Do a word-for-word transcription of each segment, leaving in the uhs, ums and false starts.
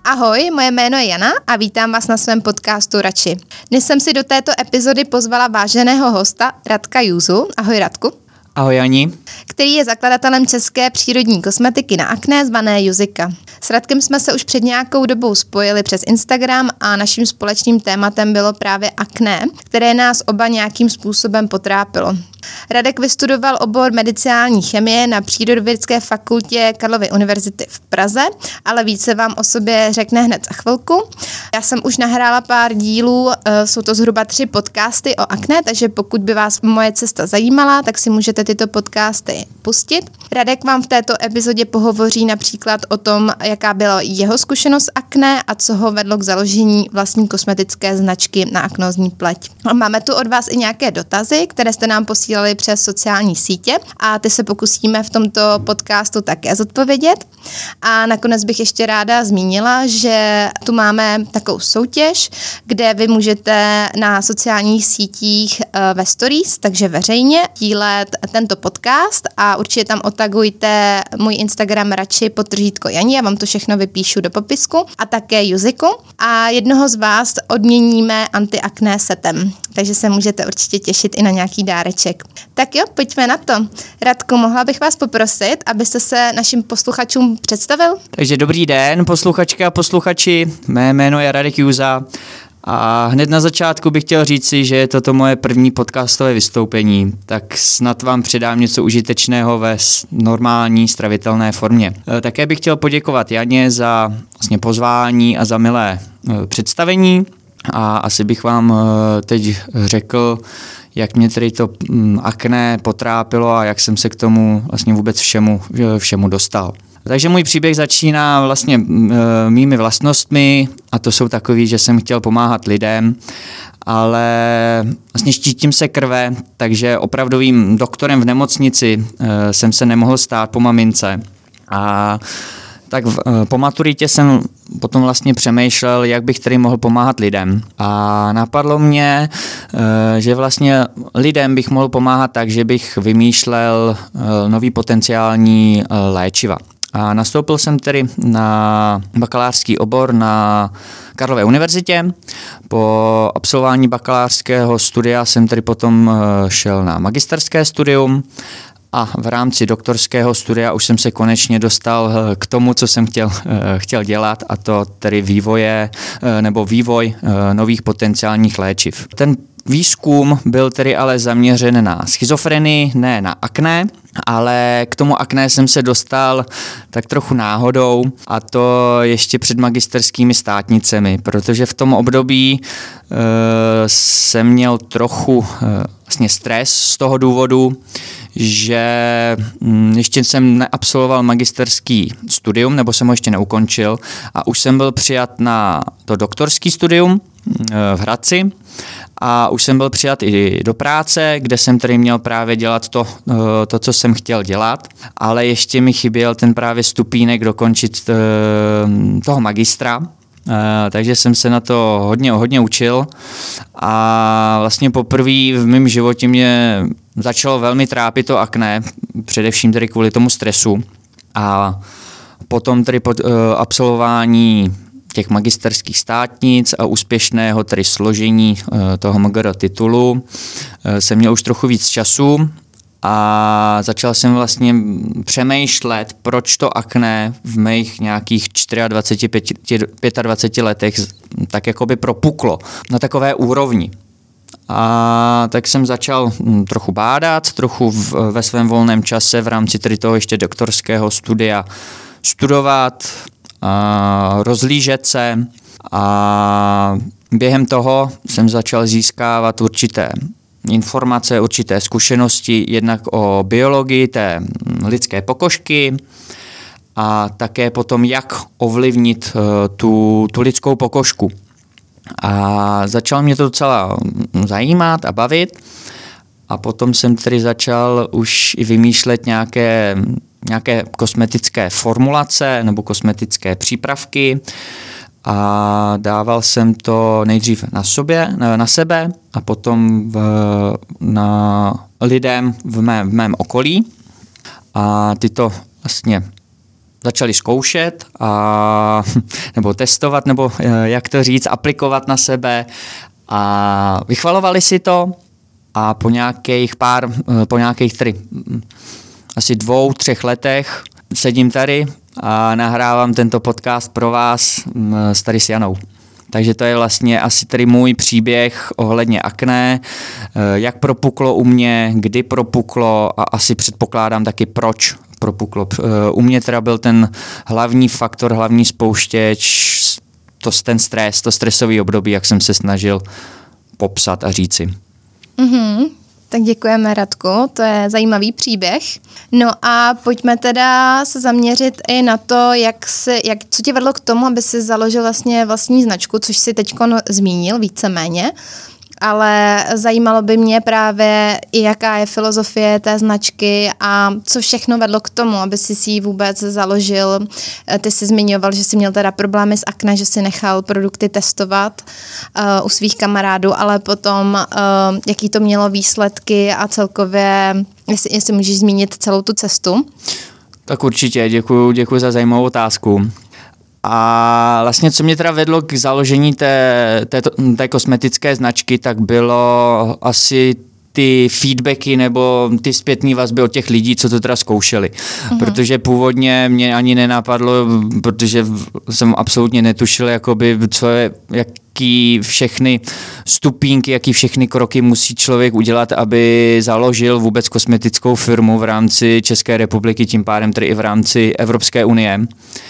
Ahoj, moje jméno je Jana a vítám vás na svém podcastu Radši. Dnes jsem si do této epizody pozvala váženého hosta Radka Júzu. Ahoj Radku. Ahoj Jani. Který je zakladatelem české přírodní kosmetiky na akné zvané Juzika. S Radkem jsme se už před nějakou dobou spojili přes Instagram a naším společným tématem bylo právě akné, které nás oba nějakým způsobem potrápilo. Radek vystudoval obor medicinální chemie na Přírodovědecké fakultě Karlovy univerzity v Praze, ale více vám o sobě řekne hned za chvilku. Já jsem už nahrála pár dílů, jsou to zhruba tři podcasty o akné, takže pokud by vás moje cesta zajímala, tak si můžete tyto podcasty pustit. Radek vám v této epizodě pohovoří například o tom, jaká byla jeho zkušenost s akné a co ho vedlo k založení vlastní kosmetické značky na aknózní pleť. Máme tu od vás i nějaké dotazy, které jste nám posílali přes sociální sítě a ty se pokusíme v tomto podcastu také zodpovědět. A nakonec bych ještě ráda zmínila, že tu máme takovou soutěž, kde vy můžete na sociálních sítích ve stories, takže veřejně dílet tento podcast a určitě tam otagujte můj Instagram radši podtržítko Jani, já vám to všechno vypíšu do popisku a také Juziku a jednoho z vás odměníme anti-akné setem, takže se můžete určitě těšit i na nějaký dáreček. Tak jo, pojďme na to. Radku, mohla bych vás poprosit, abyste se našim posluchačům představil? Takže dobrý den, posluchačky a posluchači, mé jméno je Radek Júza a hned na začátku bych chtěl říci, že je toto moje první podcastové vystoupení, tak snad vám předám něco užitečného ve normální stravitelné formě. Také bych chtěl poděkovat Janě za vlastně pozvání a za milé představení a asi bych vám teď řekl, jak mě tedy to akné potrápilo a jak jsem se k tomu vlastně vůbec všemu, všemu dostal. Takže můj příběh začíná vlastně mými vlastnostmi a to jsou takový, že jsem chtěl pomáhat lidem, ale vlastně štítím se krve, takže opravdovým doktorem v nemocnici jsem se nemohl stát po mamince. A tak v, po maturitě jsem potom vlastně přemýšlel, jak bych tedy mohl pomáhat lidem. A napadlo mě, že vlastně lidem bych mohl pomáhat tak, že bych vymýšlel nový potenciální léčiva. A nastoupil jsem tedy na bakalářský obor na Karlově univerzitě. Po absolvování bakalářského studia jsem tedy potom šel na magisterské studium. A v rámci doktorského studia už jsem se konečně dostal k tomu, co jsem chtěl, chtěl dělat, a to tedy vývoje nebo vývoj nových potenciálních léčiv. Ten výzkum byl tedy ale zaměřen na schizofrenii, ne na akné, ale k tomu akné jsem se dostal tak trochu náhodou a to ještě před magisterskými státnicemi, protože v tom období e, jsem měl trochu e, vlastně stres z toho důvodu, že ještě jsem neabsolvoval magisterský studium, nebo jsem ho ještě neukončil a už jsem byl přijat na to doktorský studium v Hradci a už jsem byl přijat i do práce, kde jsem tedy měl právě dělat to, to, co jsem chtěl dělat, ale ještě mi chyběl ten právě stupínek dokončit toho magistra. Uh, takže jsem se na to hodně, hodně učil a vlastně poprvé v mém životě mě začalo velmi trápit to akné, především tedy kvůli tomu stresu a potom tedy po uh, absolvování těch magisterských státnic a úspěšného tedy složení uh, toho M G R titulu uh, jsem měl už trochu víc času a začal jsem vlastně přemýšlet, proč to akné v mých nějakých dvaceti čtyřech, dvaceti pěti letech tak jakoby propuklo na takové úrovni. A tak jsem začal trochu bádat, trochu v, ve svém volném čase v rámci tedy toho ještě doktorského studia studovat, a rozlížet se a během toho jsem začal získávat určité informace, určité zkušenosti, jednak o biologii té lidské pokožky a také potom, jak ovlivnit tu, tu lidskou pokožku. A začalo mě to docela zajímat a bavit a potom jsem tedy začal už i vymýšlet nějaké, nějaké kosmetické formulace nebo kosmetické přípravky a dával jsem to nejdřív na, sobě, na sebe a potom v, na lidem v mém, v mém okolí a tyto vlastně začali zkoušet a, nebo testovat, nebo jak to říct, aplikovat na sebe a vychvalovali si to a po nějakých pár, po nějakých tři, asi dvou, třech letech sedím tady a nahrávám tento podcast pro vás s tady s Janou. Takže to je vlastně asi tady můj příběh ohledně akné, jak propuklo u mě, kdy propuklo a asi předpokládám taky proč propuklo. U mě teda byl ten hlavní faktor, hlavní spouštěč, to ten stres, to stresový období, jak jsem se snažil popsat a říci. Mm-hmm. Tak děkujeme, Radku, to je zajímavý příběh. No a pojďme teda se zaměřit i na to, jak si, jak, co tě vedlo k tomu, aby si založil vlastně vlastní značku, což si teďko zmínil víceméně. Ale zajímalo by mě právě i jaká je filozofie té značky a co všechno vedlo k tomu, aby si si ji vůbec založil. Ty jsi zmiňoval, že jsi měl teda problémy s akné, že si nechal produkty testovat uh, u svých kamarádů, ale potom uh, jaký to mělo výsledky a celkově, jestli, jestli můžeš zmínit celou tu cestu. Tak určitě, děkuju, děkuju za zajímavou otázku. A vlastně, co mě teda vedlo k založení té, té, té kosmetické značky, tak bylo asi ty feedbacky nebo ty zpětné vazby od těch lidí, co to teda zkoušeli. Uh-huh. Protože původně mě ani nenapadlo, protože jsem absolutně netušil, jakoby, co je, jaký všechny stupínky, jaký všechny kroky musí člověk udělat, aby založil vůbec kosmetickou firmu v rámci České republiky, tím pádem tedy i v rámci Evropské unie.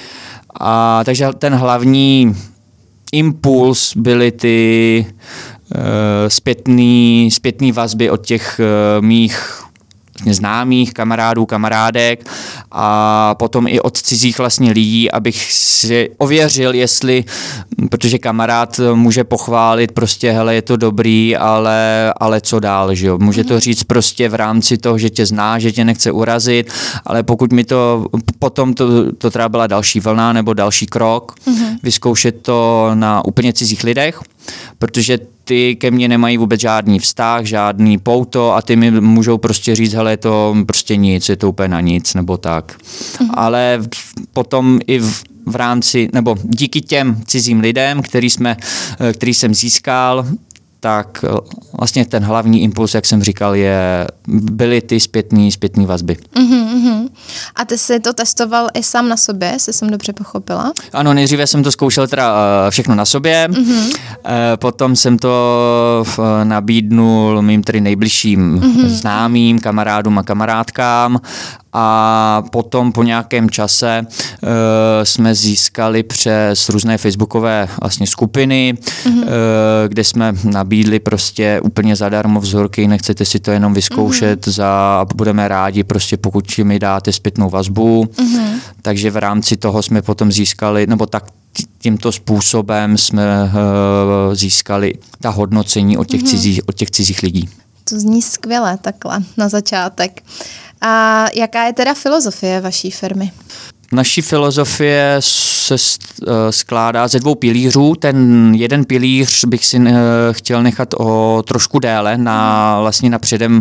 A takže ten hlavní impuls byly ty uh, zpětný, zpětný vazby od těch uh, mých známých, kamarádů, kamarádek a potom i od cizích vlastně lidí, abych si ověřil, jestli, protože kamarád může pochválit prostě, hele, je to dobrý, ale, ale co dál, že jo? Může to říct prostě v rámci toho, že tě zná, že tě nechce urazit, ale pokud mi to, potom to, to třeba byla další vlna nebo další krok, mm-hmm. vyzkoušet to na úplně cizích lidech, protože ty ke mně nemají vůbec žádný vztah, žádný pouto a ty mi můžou prostě říct, hele, je to prostě nic, je to úplně na nic, nebo tak. Mhm. Ale potom i v, v rámci, nebo díky těm cizím lidem, který, jsme, který jsem získal, tak vlastně ten hlavní impuls, jak jsem říkal, je, byly ty zpětný, zpětný vazby. Mm-hmm. A ty jsi to testoval i sám na sobě, jestli jsem dobře pochopila? Ano, nejdříve jsem to zkoušel teda všechno na sobě, mm-hmm. potom jsem to nabídnul mým tedy nejbližším mm-hmm. známým, kamarádům a kamarádkám a potom po nějakém čase uh, jsme získali přes různé facebookové vlastně skupiny, mm-hmm. uh, kde jsme nabídli prostě úplně zadarmo vzorky, nechcete si to jenom vyzkoušet, mm-hmm. za, budeme rádi prostě pokud mi dáte zpětnou vazbu, mm-hmm. takže v rámci toho jsme potom získali, nebo tak tímto způsobem jsme uh, získali ta hodnocení od těch, mm-hmm. cizích, od těch cizích lidí. To zní skvěle takhle na začátek. A jaká je teda filozofie vaší firmy? Naší filozofie se skládá ze dvou pilířů. Ten jeden pilíř bych si chtěl nechat o trošku déle na vlastně napředem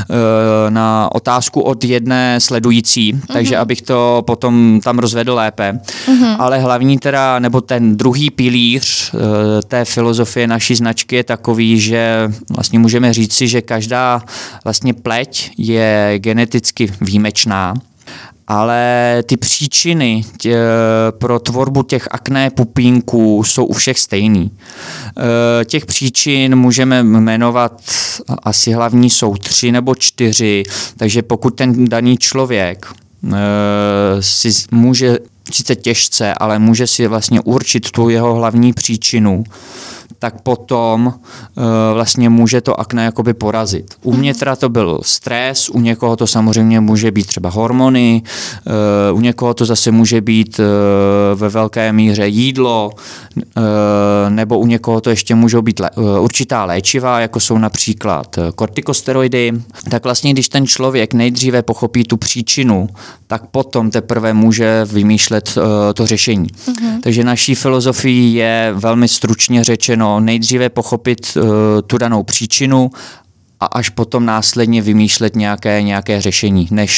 na otázku od jedné sledující, mm-hmm. takže abych to potom tam rozvedl lépe. Mm-hmm. Ale hlavní teda, nebo ten druhý pilíř té filozofie naší značky je takový, že vlastně můžeme říci, že každá vlastně pleť je geneticky výjimečná, ale ty příčiny tě, pro tvorbu těch akné pupínků jsou u všech stejný. E, těch příčin můžeme jmenovat, asi hlavní jsou tři nebo čtyři, takže pokud ten daný člověk e, si může, sice těžce, ale může si vlastně určit tu jeho hlavní příčinu, tak potom uh, vlastně může to akné jakoby porazit. U mě teda to byl stres, u někoho to samozřejmě může být třeba hormony, uh, u někoho to zase může být uh, ve velké míře jídlo, uh, nebo u někoho to ještě můžou být le- uh, určitá léčiva, jako jsou například kortikosteroidy. Tak vlastně, když ten člověk nejdříve pochopí tu příčinu, tak potom teprve může vymýšlet uh, to řešení. Uh-huh. Takže naší filozofii je velmi stručně řečeno nejdříve pochopit uh, tu danou příčinu a až potom následně vymýšlet nějaké, nějaké řešení, než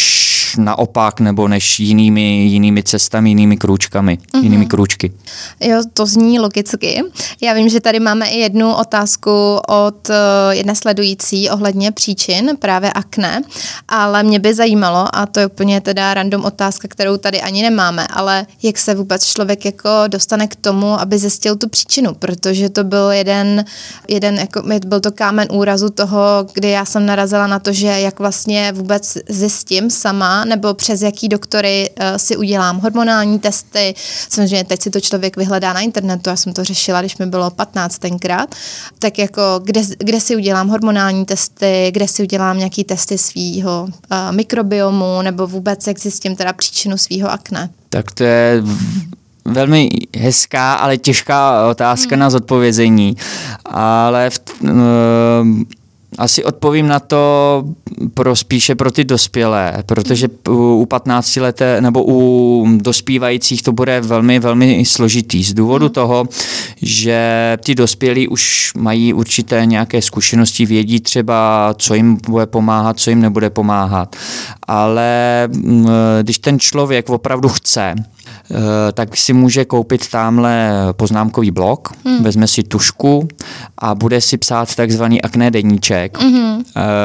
než naopak, nebo než jinými, jinými cestami, jinými krůčkami, mm-hmm. jinými krůčky. Jo, to zní logicky. Já vím, že tady máme i jednu otázku od uh, jedné sledující ohledně příčin právě akné, ale mě by zajímalo, a to je úplně teda random otázka, kterou tady ani nemáme, ale jak se vůbec člověk jako dostane k tomu, aby zjistil tu příčinu, protože to byl jeden, jeden jako, byl to kámen úrazu toho, kdy já jsem narazila na to, že jak vlastně vůbec zjistím sama, nebo přes jaký doktory uh, si udělám hormonální testy. Samozřejmě teď si to člověk vyhledá na internetu, já jsem to řešila, když mi bylo patnáct tenkrát, tak jako kde, kde si udělám hormonální testy, kde si udělám nějaký testy svýho uh, mikrobiomu, nebo vůbec jak zjistím teda příčinu svýho akné. Tak to je velmi hezká, ale těžká otázka hmm. na zodpovězení, ale v, uh, asi odpovím na to pro, spíše pro ty dospělé, protože u patnáctileté nebo u dospívajících to bude velmi, velmi složitý z důvodu hmm. toho, že ty dospělí už mají určité nějaké zkušenosti, vědí třeba, co jim bude pomáhat, co jim nebude pomáhat. Ale když ten člověk opravdu chce, tak si může koupit tamhle poznámkový blok, hmm. vezme si tužku a bude si psát takzvaný akné deníček. Hmm.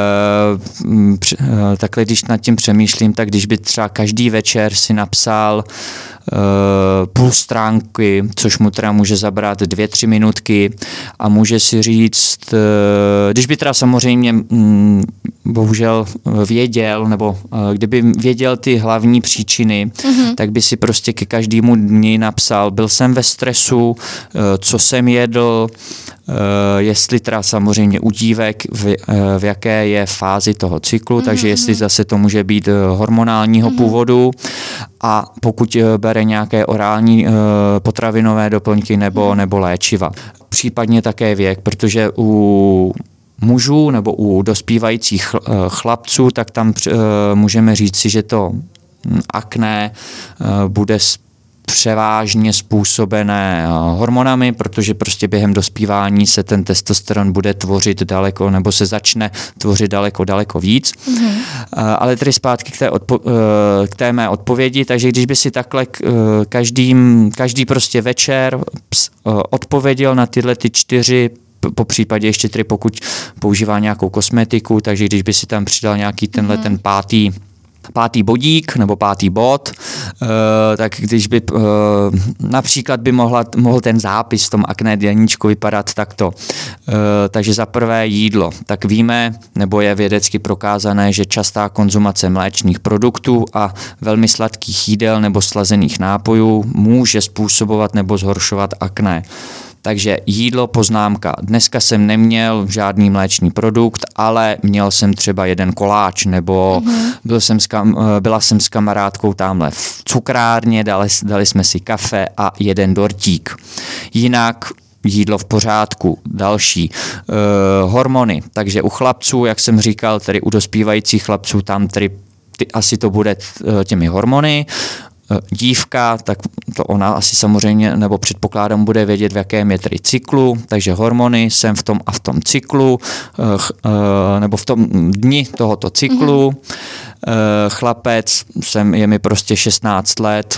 E, takhle, když nad tím přemýšlím, tak když by třeba každý večer si napsal Uh, půl stránky, což mu teda může zabrat dvě, tři minutky a může si říct, uh, když by teda samozřejmě um, bohužel věděl, nebo uh, kdyby věděl ty hlavní příčiny, uh-huh. tak by si prostě ke každému dni napsal, byl jsem ve stresu, uh, co jsem jedl, Uh, jestli teda samozřejmě u dívek, v, uh, v jaké je fázi toho cyklu, mm-hmm. takže jestli zase to může být uh, hormonálního mm-hmm. původu a pokud uh, bere nějaké orální uh, potravinové doplňky nebo, mm-hmm. nebo léčiva. Případně také věk, protože u mužů nebo u dospívajících uh, chlapců, tak tam uh, můžeme říci, že to akné uh, bude převážně způsobené hormonami, protože prostě během dospívání se ten testosteron bude tvořit daleko, nebo se začne tvořit daleko, daleko víc. Mm-hmm. Ale tedy zpátky k té, odpo- k té mé odpovědi, takže když by si takhle každým, každý prostě večer odpověděl na tyhle ty čtyři, po případě ještě tedy pokud používá nějakou kosmetiku, takže když by si tam přidal nějaký tenhle mm-hmm. ten pátý pátý bodík nebo pátý bod, uh, tak když by uh, například by mohla, mohl ten zápis v tom akné deníčku vypadat takto. Uh, takže za prvé jídlo. Tak víme, nebo je vědecky prokázané, že častá konzumace mléčných produktů a velmi sladkých jídel nebo slazených nápojů může způsobovat nebo zhoršovat akné. Takže jídlo, poznámka. Dneska jsem neměl žádný mléčný produkt, ale měl jsem třeba jeden koláč, nebo mm-hmm. byl jsem s kam, byla jsem s kamarádkou tamhle v cukrárně, dali, dali jsme si kafe a jeden dortík. Jinak jídlo v pořádku. Další. E, hormony. Takže u chlapců, jak jsem říkal, tedy u dospívajících chlapců, tam tedy ty, asi to bude těmi hormony. Dívka, tak to ona asi samozřejmě, nebo předpokládám, bude vědět, v jakém je tedy cyklu, takže hormony, jsem v tom a v tom cyklu, nebo v tom dni tohoto cyklu. Mm-hmm. Chlapec, jsem, je mi prostě šestnáct let,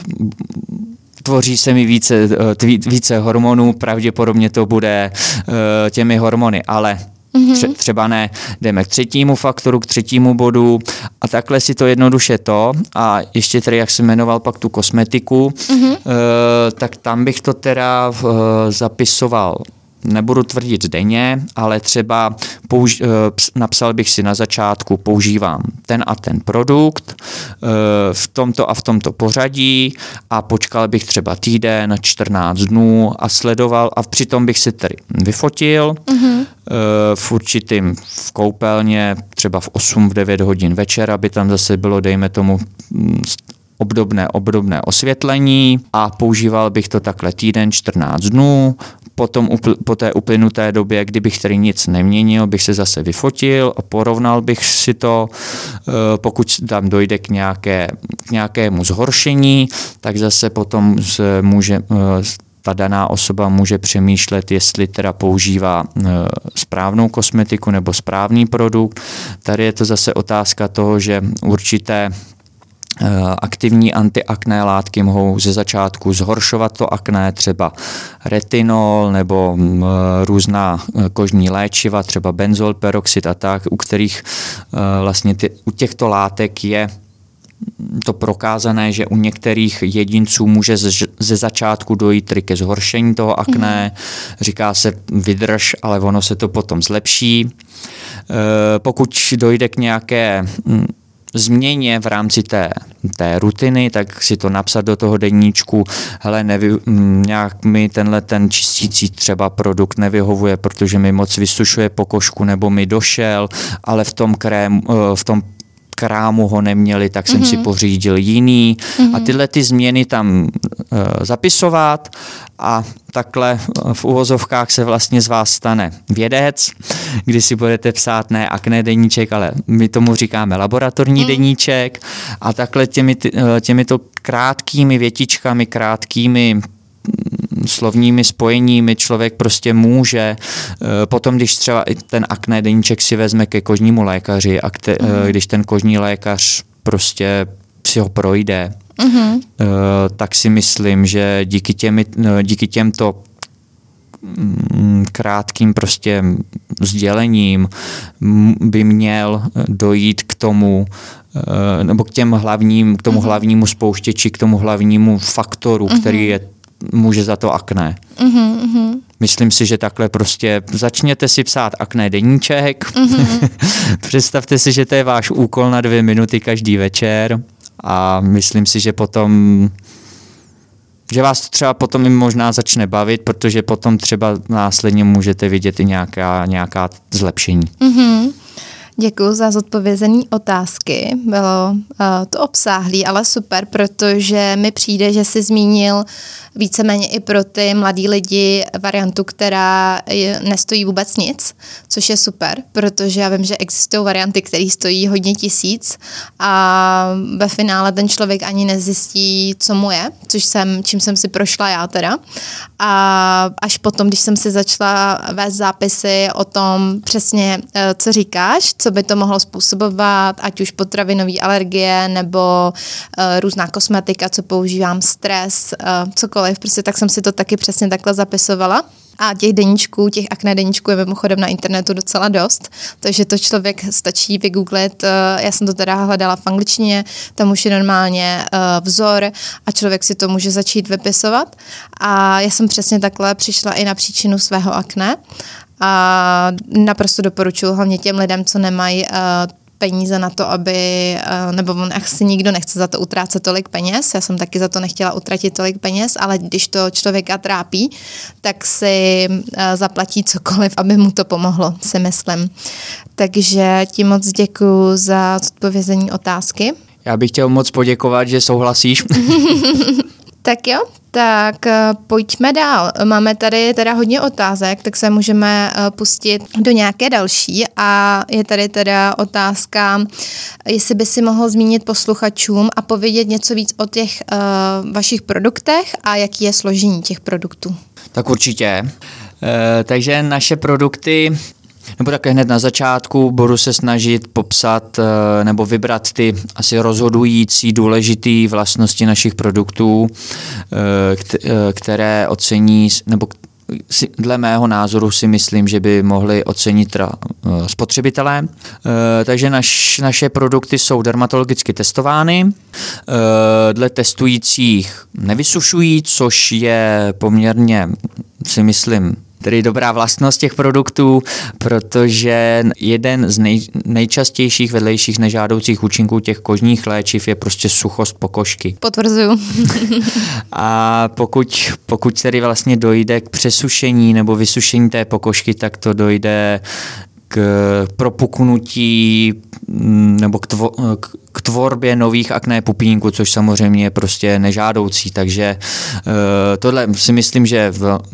tvoří se mi více, více hormonů, pravděpodobně to bude těmi hormony, ale Tře- třeba ne, jdeme k třetímu faktoru, k třetímu bodu a takhle si to jednoduše to a ještě tedy, jak jsem jmenoval pak tu kosmetiku, mm-hmm. e, tak tam bych to teda e, zapisoval. Nebudu tvrdit denně, ale třeba použ- napsal bych si na začátku, používám ten a ten produkt v tomto a v tomto pořadí a počkal bych třeba týden, čtrnáct dnů a sledoval a přitom bych si tedy vyfotil mm-hmm. v určitým v koupelně, třeba v osm, v devět hodin večer, aby tam zase bylo, dejme tomu, obdobné, obdobné osvětlení a používal bych to takhle týden, čtrnáct dnů. Potom po té uplynuté době, kdybych tedy nic neměnil, bych se zase vyfotil a porovnal bych si to. Pokud tam dojde k, nějaké, k nějakému zhoršení, tak zase potom se může, ta daná osoba může přemýšlet, jestli teda používá správnou kosmetiku nebo správný produkt. Tady je to zase otázka toho, že určité aktivní antiakné látky mohou ze začátku zhoršovat to akné, třeba retinol nebo různá kožní léčiva, třeba benzolperoxid a tak, u kterých vlastně ty, u těchto látek je to prokázané, že u některých jedinců může ze začátku dojít ke zhoršení toho akné. Mm. Říká se vydrž, ale ono se to potom zlepší. Pokud dojde k nějaké změně v rámci té, té rutiny, tak si to napsat do toho deníčku, hele, nevy, nějak mi tenhle ten čistící třeba produkt nevyhovuje, protože mi moc vysušuje pokožku, nebo mi došel, ale v tom krému, v tom krámu ho neměli, tak jsem mm-hmm. si pořídil jiný. Mm-hmm. A tyhle ty změny tam uh, zapisovat a takhle v uvozovkách se vlastně z vás stane vědec, kdy si budete psát ne akné deníček, ale my tomu říkáme laboratorní mm. deníček a takhle těmi, těmito krátkými větičkami, krátkými slovními spojeními člověk prostě může potom, když třeba ten akné deníček si vezme ke kožnímu lékaři a kte, mm. když ten kožní lékař prostě si ho projde, mm. tak si myslím, že díky, těmi, díky těmto krátkým prostě sdělením by měl dojít k tomu, nebo k těm hlavním, k tomu mm. hlavnímu spouštěči, k tomu hlavnímu faktoru, mm. který je může za to akné. Mm-hmm. Myslím si, že takhle prostě začněte si psát akné deníček. Mm-hmm. Představte si, že to je váš úkol na dvě minuty každý večer a myslím si, že potom že vás to třeba potom i možná začne bavit, protože potom třeba následně můžete vidět i nějaká, nějaká zlepšení. Mm-hmm. Děkuji za zodpovězené otázky. Bylo uh, to obsáhlý, ale super, protože mi přijde, že jsi zmínil víceméně i pro ty mladý lidi variantu, která je, nestojí vůbec nic, což je super, protože já vím, že existují varianty, které stojí hodně tisíc a ve finále ten člověk ani nezjistí, co mu je, což jsem, čím jsem si prošla já teda. A až potom, když jsem si začala vést zápisy o tom přesně, co říkáš, co by to mohlo způsobovat, ať už potravinové alergie nebo uh, různá kosmetika, co používám, stres, uh, cokoliv, prostě tak jsem si to taky přesně takhle zapisovala. A těch deníčků, těch akné deníčků je mimochodem na internetu docela dost, takže to člověk stačí vygooglit, já jsem to teda hledala v angličtině, tam už je normálně vzor a člověk si to může začít vypisovat. A já jsem přesně takhle přišla i na příčinu svého akné a naprosto doporučuji hlavně těm lidem, co nemají peníze na to, aby, nebo on asi nikdo nechce za to utrácet tolik peněz, já jsem taky za to nechtěla utratit tolik peněz, ale když to člověka trápí, tak si zaplatí cokoliv, aby mu to pomohlo, si myslím. Takže ti moc děkuju za odpovězení otázky. Já bych chtěl moc poděkovat, že souhlasíš. Tak jo, tak pojďme dál. Máme tady teda hodně otázek, tak se můžeme pustit do nějaké další a je tady teda otázka, jestli by si mohl zmínit posluchačům a povědět něco víc o těch uh, vašich produktech a jaký je složení těch produktů. Tak určitě. Uh, takže naše produkty, nebo také hned na začátku budu se snažit popsat nebo vybrat ty asi rozhodující důležité vlastnosti našich produktů, které ocení, nebo dle mého názoru si myslím, že by mohli ocenit spotřebitelé. Takže naš, naše produkty jsou dermatologicky testovány. Dle testujících nevysušují, což je poměrně, si myslím, tedy dobrá vlastnost těch produktů, protože jeden z nej, nejčastějších vedlejších nežádoucích účinků těch kožních léčiv je prostě suchost pokožky. Potvrzuju. A pokud, pokud tedy vlastně dojde k přesušení nebo vysušení té pokožky, tak to dojde k propuknutí nebo k, tvo, k tvorbě nových akné pupínků, což samozřejmě je prostě nežádoucí. Takže tohle si myslím, že v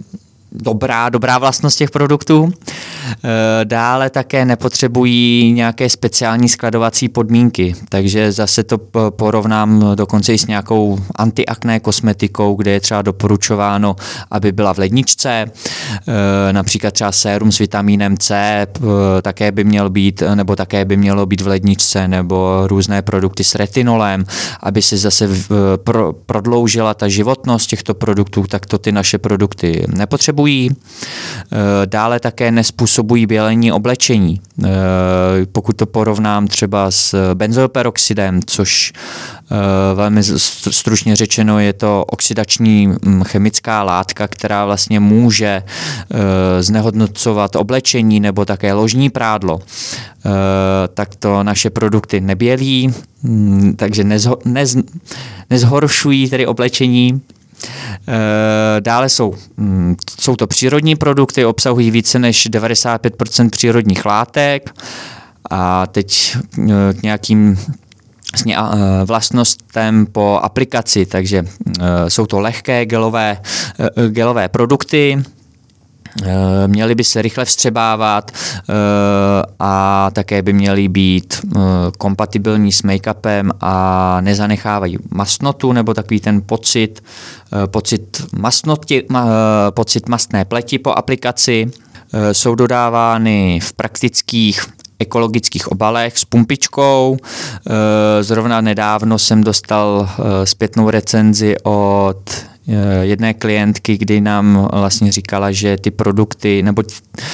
dobrá, dobrá vlastnost těch produktů. Dále také nepotřebují nějaké speciální skladovací podmínky, takže zase to porovnám dokonce i s nějakou antiakné kosmetikou, kde je třeba doporučováno, aby byla v ledničce, například třeba sérum s vitamínem C také by měl být, nebo také by mělo být v ledničce, nebo různé produkty s retinolem, aby se zase prodloužila ta životnost těchto produktů, tak to ty naše produkty nepotřebují. Dále také nespůsobují bělení oblečení. Pokud to porovnám třeba s benzylperoxidem, což velmi stručně řečeno je to oxidační chemická látka, která vlastně může znehodnocovat oblečení nebo také ložní prádlo, tak to naše produkty nebělí, takže nezho, nez, nezhoršují tedy oblečení. Dále jsou, jsou to přírodní produkty, obsahují více než devadesát pět procent přírodních látek a teď k nějakým vlastnostem po aplikaci, takže jsou to lehké gelové, gelové produkty, měly by se rychle vstřebávat a také by měly být kompatibilní s make-upem a nezanechávají mastnotu nebo takový ten pocit, pocit mastnoti, pocit mastné pleti po aplikaci. Jsou dodávány v praktických ekologických obalech s pumpičkou. Zrovna nedávno jsem dostal zpětnou recenzi od jedné klientky, kdy nám vlastně říkala, že ty produkty nebo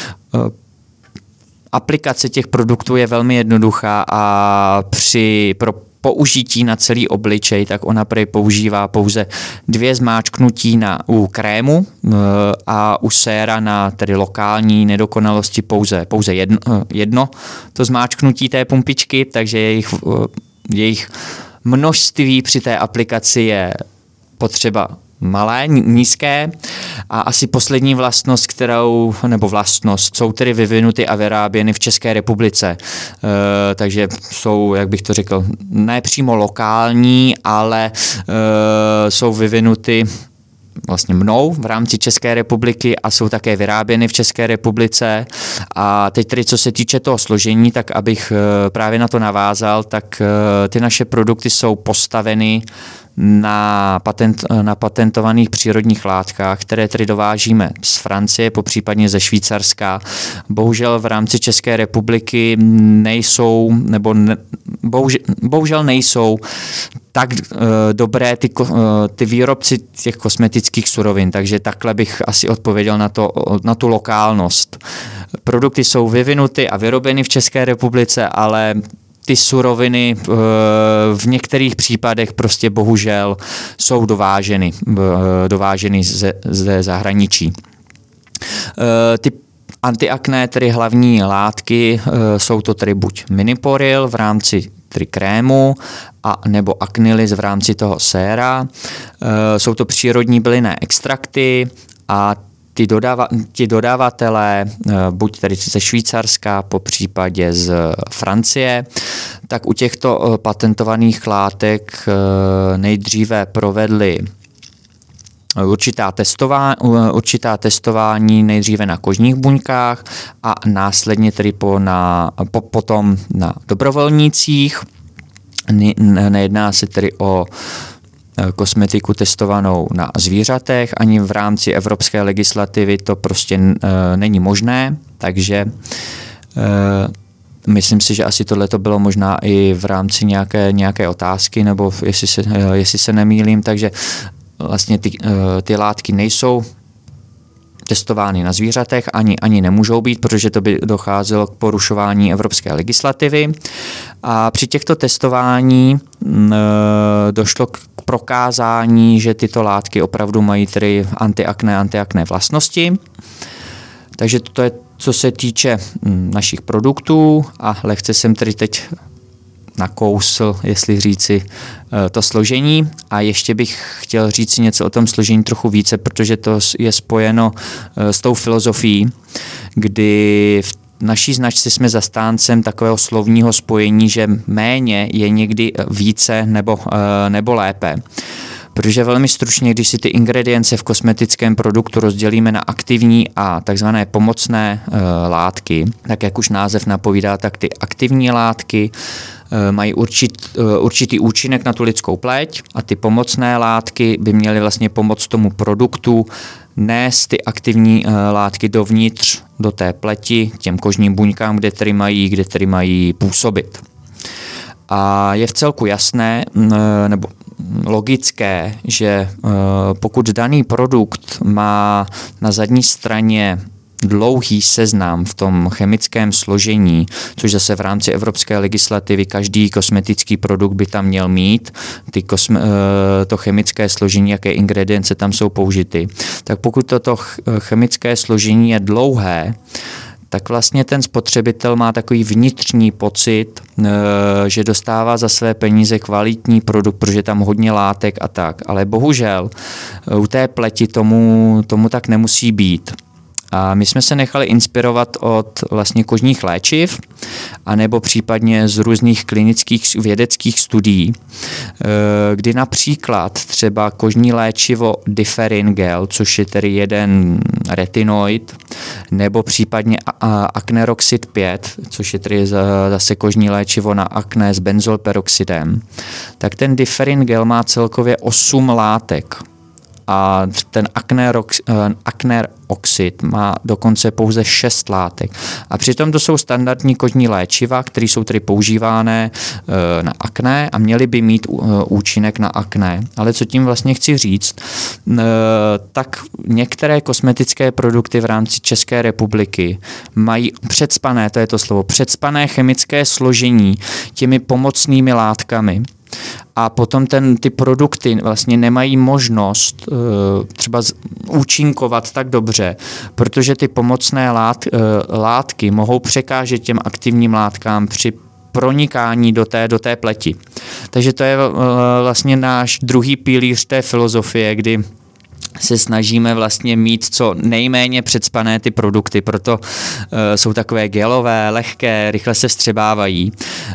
aplikace těch produktů je velmi jednoduchá a při pro použití na celý obličej, tak ona prý používá pouze dvě zmáčknutí na, u krému a u séra na tedy lokální nedokonalosti pouze, pouze jedno, jedno to zmáčknutí té pumpičky, takže jejich, jejich množství při té aplikaci je potřeba malé, nízké a asi poslední vlastnost, kterou, nebo vlastnost, jsou tedy vyvinuty a vyráběny v České republice. E, takže jsou, jak bych to řekl, ne přímo lokální, ale e, jsou vyvinuty vlastně mnou v rámci České republiky a jsou také vyráběny v České republice. A teď tedy, co se týče toho složení, tak abych e, právě na to navázal, tak e, ty naše produkty jsou postaveny na, patent, na patentovaných přírodních látkách, které tedy dovážíme z Francie, popřípadně ze Švýcarska. Bohužel v rámci České republiky nejsou, nebo ne, bohužel, bohužel nejsou tak uh, dobré ty, uh, ty výrobci těch kosmetických surovin, takže takhle bych asi odpověděl na, to, na tu lokálnost. Produkty jsou vyvinuty a vyrobeny v České republice, ale ty suroviny v některých případech prostě bohužel jsou dováženy, dováženy ze, ze zahraničí. Ty antiakné, tedy hlavní látky, jsou to tedy buď miniporil v rámci tedy krému a nebo aknylis v rámci toho séra. Jsou to přírodní bylinné extrakty a Ty, dodáva, ti dodavatelé, buď tedy ze Švýcarska, po případě z Francie, tak u těchto patentovaných látek nejdříve provedli určitá testování, určitá testování nejdříve na kožních buňkách a následně tedy po na, po, potom na dobrovolnících. Nejedná se tedy o kosmetiku testovanou na zvířatech, ani v rámci evropské legislativy to prostě e, není možné, takže e, myslím si, že asi tohle to bylo možná i v rámci nějaké, nějaké otázky, nebo jestli se, e, jestli se nemýlím, takže vlastně ty, e, ty látky nejsou testovány na zvířatech, ani, ani nemůžou být, protože to by docházelo k porušování evropské legislativy. A při těchto testování e, došlo k prokázání, že tyto látky opravdu mají tedy antiakné, antiakné vlastnosti. Takže to je, co se týče našich produktů a lehce jsem tedy teď nakousl, jestli říci, to složení. A ještě bych chtěl říct něco o tom složení trochu více, protože to je spojeno s tou filozofií, kdy v naší značce jsme zastáncem takového slovního spojení, že méně je někdy více nebo, nebo lépe. Protože velmi stručně, když si ty ingredience v kosmetickém produktu rozdělíme na aktivní a takzvané pomocné e, látky, tak jak už název napovídá, tak ty aktivní látky e, mají určit, e, určitý účinek na tu lidskou pleť a ty pomocné látky by měly vlastně pomoct tomu produktu nést ty aktivní e, látky dovnitř do té pleti, těm kožním buňkám, kde tedy mají, kde tedy mají působit. A je v celku jasné, e, nebo logické, že pokud daný produkt má na zadní straně dlouhý seznam v tom chemickém složení, což zase v rámci evropské legislativy každý kosmetický produkt by tam měl mít, ty kosme, to chemické složení, jaké ingredience tam jsou použity, tak pokud toto chemické složení je dlouhé, tak vlastně ten spotřebitel má takový vnitřní pocit, že dostává za své peníze kvalitní produkt, protože je tam hodně látek a tak. Ale bohužel u té pleti tomu, tomu tak nemusí být. A my jsme se nechali inspirovat od vlastně kožních léčiv, anebo případně z různých klinických vědeckých studií, kdy například třeba kožní léčivo Differin gel, což je tedy jeden retinoid, nebo případně Acneroxid pět, což je tedy zase kožní léčivo na akné s benzolperoxidem, tak ten Differin gel má celkově osm látek. A ten Acneroxid má dokonce pouze šest látek. A přitom to jsou standardní kožní léčiva, které jsou tedy používány na akné a měly by mít účinek na akné. Ale co tím vlastně chci říct, tak některé kosmetické produkty v rámci České republiky mají předspané, to je to slovo, předspané chemické složení těmi pomocnými látkami. A potom ten, ty produkty vlastně nemají možnost uh, třeba z, účinkovat tak dobře, protože ty pomocné lát, uh, látky mohou překážet těm aktivním látkám při pronikání do té, do té pleti. Takže to je uh, vlastně náš druhý pilíř té filozofie, kdy se snažíme vlastně mít co nejméně předspané ty produkty, proto uh, jsou takové gelové, lehké, rychle se vstřebávají.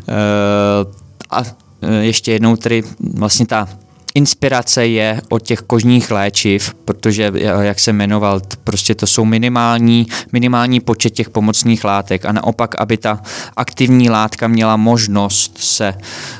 Uh, a ještě jednou tedy vlastně ta inspirace je od těch kožních léčiv, protože, jak jsem jmenoval, prostě to jsou minimální, minimální počet těch pomocných látek a naopak, aby ta aktivní látka měla možnost se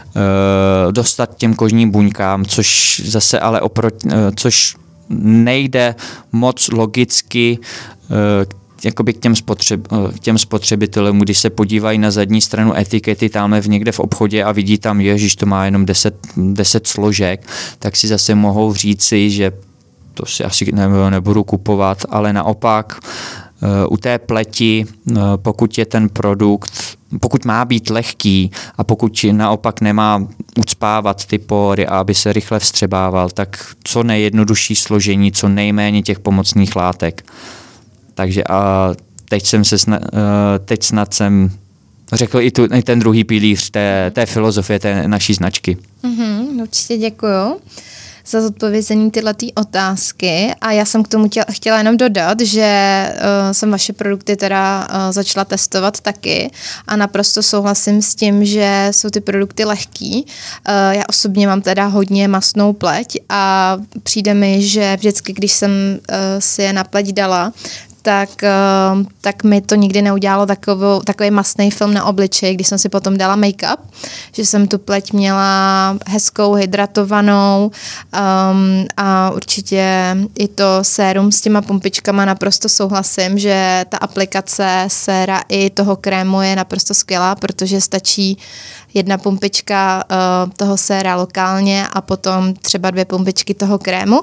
uh, dostat těm kožním buňkám, což zase ale oproti, uh, což nejde moc logicky uh, jakoby k těm, spotřeb, k těm spotřebitelům, když se podívají na zadní stranu etikety tamhle v někde v obchodě a vidí tam, ježiš, to má jenom deset, deset složek, tak si zase mohou říci, že to si asi nebudu kupovat, ale naopak u té pleti, pokud je ten produkt, pokud má být lehký a pokud naopak nemá ucpávat ty pory a aby se rychle vstřebával, tak co nejjednodušší složení, co nejméně těch pomocných látek. Takže a teď jsem se snad, teď snad jsem řekl i, tu, i ten druhý pilíř té, té filozofie, té naší značky. Mm-hmm, určitě děkuju za zodpovězení tyhle otázky a já jsem k tomu tě, chtěla jenom dodat, že uh, jsem vaše produkty teda uh, začala testovat taky a naprosto souhlasím s tím, že jsou ty produkty lehký. Uh, já osobně mám teda hodně mastnou pleť a přijde mi, že vždycky, když jsem uh, si je na pleť dala, tak, tak mi to nikdy neudělalo takovou, takový mastný film na obličeji, když jsem si potom dala make-up, že jsem tu pleť měla hezkou, hydratovanou um, a určitě i to sérum s těma pumpičkama naprosto souhlasím, že ta aplikace séra i toho krému je naprosto skvělá, protože stačí jedna pumpička uh, toho séra lokálně a potom třeba dvě pumpičky toho krému.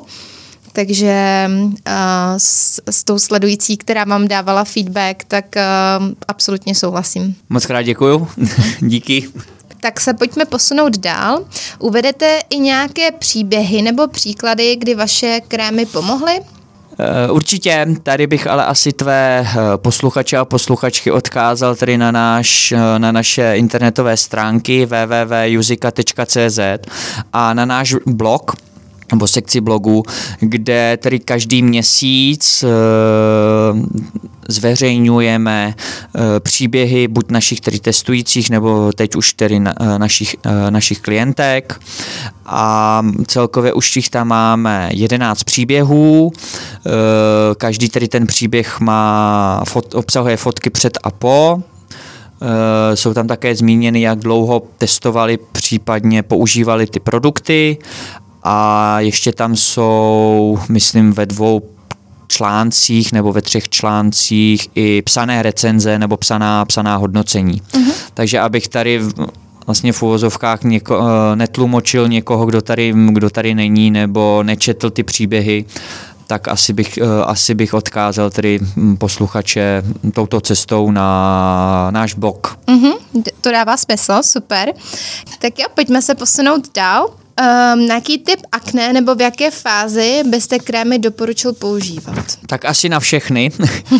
Takže uh, s, s tou sledující, která vám dávala feedback, tak uh, absolutně souhlasím. Moc krát děkuju. Díky. Tak se pojďme posunout dál. Uvedete i nějaké příběhy nebo příklady, kdy vaše krémy pomohly? Určitě, tady bych ale asi tvé posluchače a posluchačky odkázal tady na, náš, na naše internetové stránky w w w tečka juzika tečka c z a na náš blog, nebo sekci blogu, kde tedy každý měsíc e, zveřejňujeme e, příběhy buď našich tedy testujících, nebo teď už tedy na, našich, e, našich klientek. A celkově už těch tam máme jedenáct příběhů. E, každý tedy ten příběh má, fot, obsahuje fotky před a po. E, jsou tam také zmíněny, jak dlouho testovali, případně používali ty produkty. A ještě tam jsou, myslím, ve dvou článcích nebo ve třech článcích i psané recenze nebo psaná, psaná hodnocení. Uh-huh. Takže abych tady vlastně v uvozovkách něko, netlumočil někoho, kdo tady, kdo tady není nebo nečetl ty příběhy, tak asi bych, asi bych odkázal tedy posluchače touto cestou na náš blog. Uh-huh. To dává smysl, super. Tak jo, pojďme se posunout dál. Um, na jaký typ akné nebo v jaké fázi byste krémy doporučil používat? Tak asi na všechny,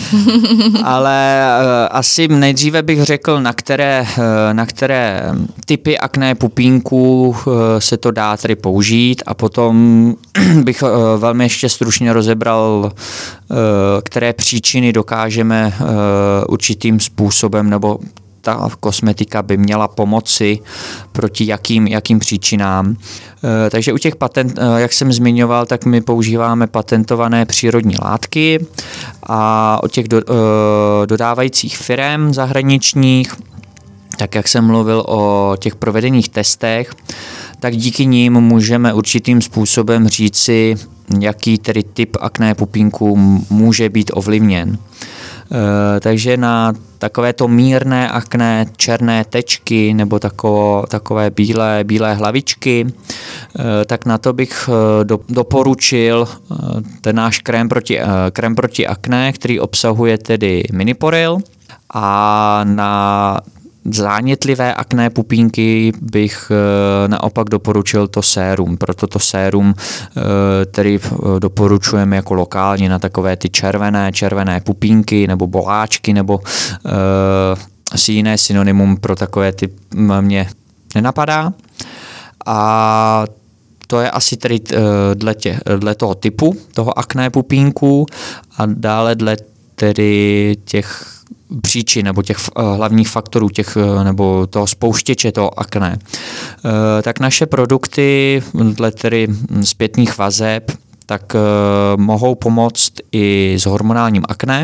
ale uh, asi nejdříve bych řekl, na které, uh, na které typy akné pupínků uh, se to dá tedy použít a potom bych uh, velmi ještě stručně rozebral, uh, které příčiny dokážeme uh, určitým způsobem nebo ta kosmetika by měla pomoci proti jakým, jakým příčinám. E, takže u těch patent, e, jak jsem zmiňoval, tak my používáme patentované přírodní látky a o těch do, e, dodávajících firem zahraničních, tak jak jsem mluvil o těch provedených testech, tak díky nim můžeme určitým způsobem říci, jaký tedy typ akné pupínku může být ovlivněn. E, takže na takovéto mírné akné, černé tečky nebo tako, takové bílé, bílé hlavičky, e, tak na to bych do, doporučil ten náš krém proti, krém proti akné, který obsahuje tedy miniporil, a na zánětlivé akné pupínky bych e, naopak doporučil to sérum. Proto to sérum e, tedy doporučujeme jako lokálně na takové ty červené, červené pupínky nebo boláčky, nebo e, asi jiné synonymum pro takové ty mě nenapadá. A to je asi tedy dle, tě, dle toho typu toho akné pupínku a dále dle tedy těch příčin nebo těch hlavních faktorů těch, nebo toho spouštěče toho akné. E, tak naše produkty dle tedy zpětných vazeb tak e, mohou pomoct i s hormonálním akné.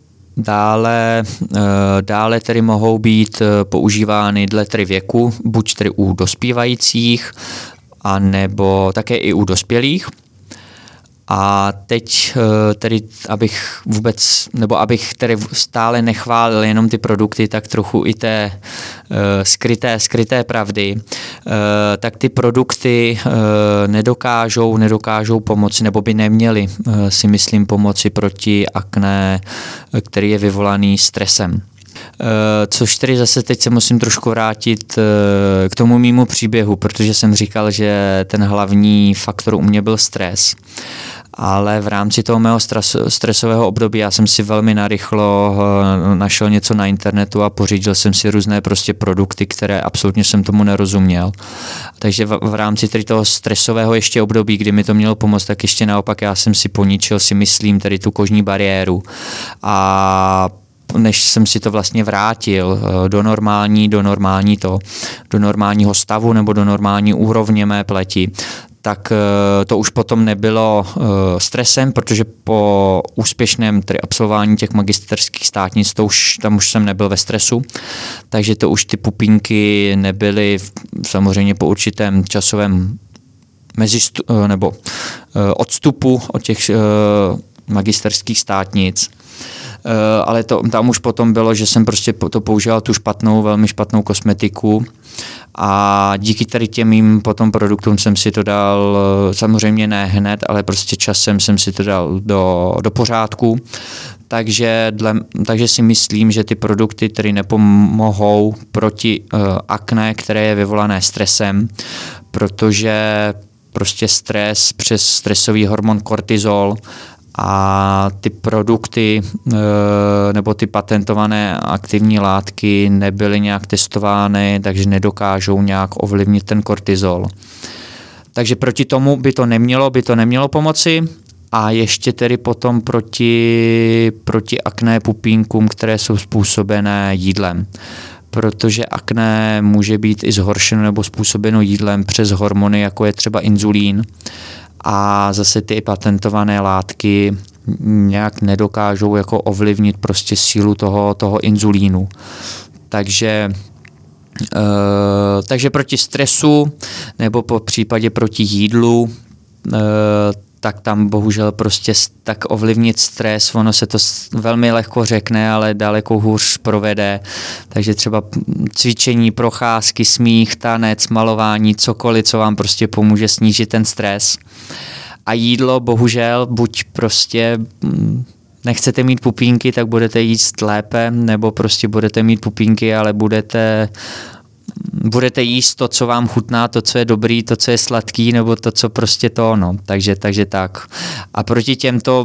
Dále, e, dále tedy mohou být používány dle tedy věku, buď tedy u dospívajících, a nebo také i u dospělých. A teď tedy, abych vůbec, nebo abych tedy stále nechválil jenom ty produkty, tak trochu i té uh, skryté, skryté pravdy, uh, tak ty produkty uh, nedokážou, nedokážou pomoci, nebo by neměly, uh, si myslím, pomoci proti akné, který je vyvolaný stresem. Uh, což tedy zase teď se musím trošku vrátit uh, k tomu mému příběhu, protože jsem říkal, že ten hlavní faktor u mě byl stres. Ale v rámci toho mého stres, stresového období já jsem si velmi narychlo uh, našel něco na internetu a pořídil jsem si různé prostě produkty, které absolutně jsem tomu nerozuměl. Takže v, v rámci tedy toho stresového ještě období, kdy mi to mělo pomoct, tak ještě naopak já jsem si poničil, si myslím, tedy tu kožní bariéru. A než jsem si to vlastně vrátil do normální, do normální to, do normálního stavu nebo do normální úrovně mé pleti, tak to už potom nebylo stresem, protože po úspěšném tedy absolvování těch magisterských státnic, to už, tam už jsem nebyl ve stresu, takže to už ty pupínky nebyly samozřejmě po určitém časovém mezistu, nebo odstupu od těch magisterských státnic. Uh, ale to, tam už potom bylo, že jsem prostě to používal tu špatnou, velmi špatnou kosmetiku a díky tady těm mým potom produktům jsem si to dal, samozřejmě ne hned, ale prostě časem jsem si to dal do, do pořádku. Takže, dle, takže si myslím, že ty produkty tedy nepomohou proti uh, akné, které je vyvolané stresem, protože prostě stres přes stresový hormon kortizol a ty produkty nebo ty patentované aktivní látky nebyly nějak testovány, takže nedokážou nějak ovlivnit ten kortizol. Takže proti tomu by to nemělo, by to nemělo pomoci. A ještě tedy potom proti, proti akné pupínkům, které jsou způsobené jídlem. Protože akné může být i zhoršeno nebo způsobeno jídlem přes hormony, jako je třeba inzulín. A zase ty patentované látky nějak nedokážou jako ovlivnit prostě sílu toho, toho inzulínu. Takže, uh, takže proti stresu nebo po případě proti jídlu, uh, tak tam bohužel prostě tak ovlivnit stres, ono se to velmi lehko řekne, ale daleko hůř provede. Takže třeba cvičení, procházky, smích, tanec, malování, cokoliv, co vám prostě pomůže snížit ten stres. A jídlo bohužel buď prostě nechcete mít pupínky, tak budete jíst lépe, nebo prostě budete mít pupínky, ale budete budete jíst to, co vám chutná, to, co je dobrý, to, co je sladký, nebo to, co prostě to, no. Takže, takže tak. A proti těmto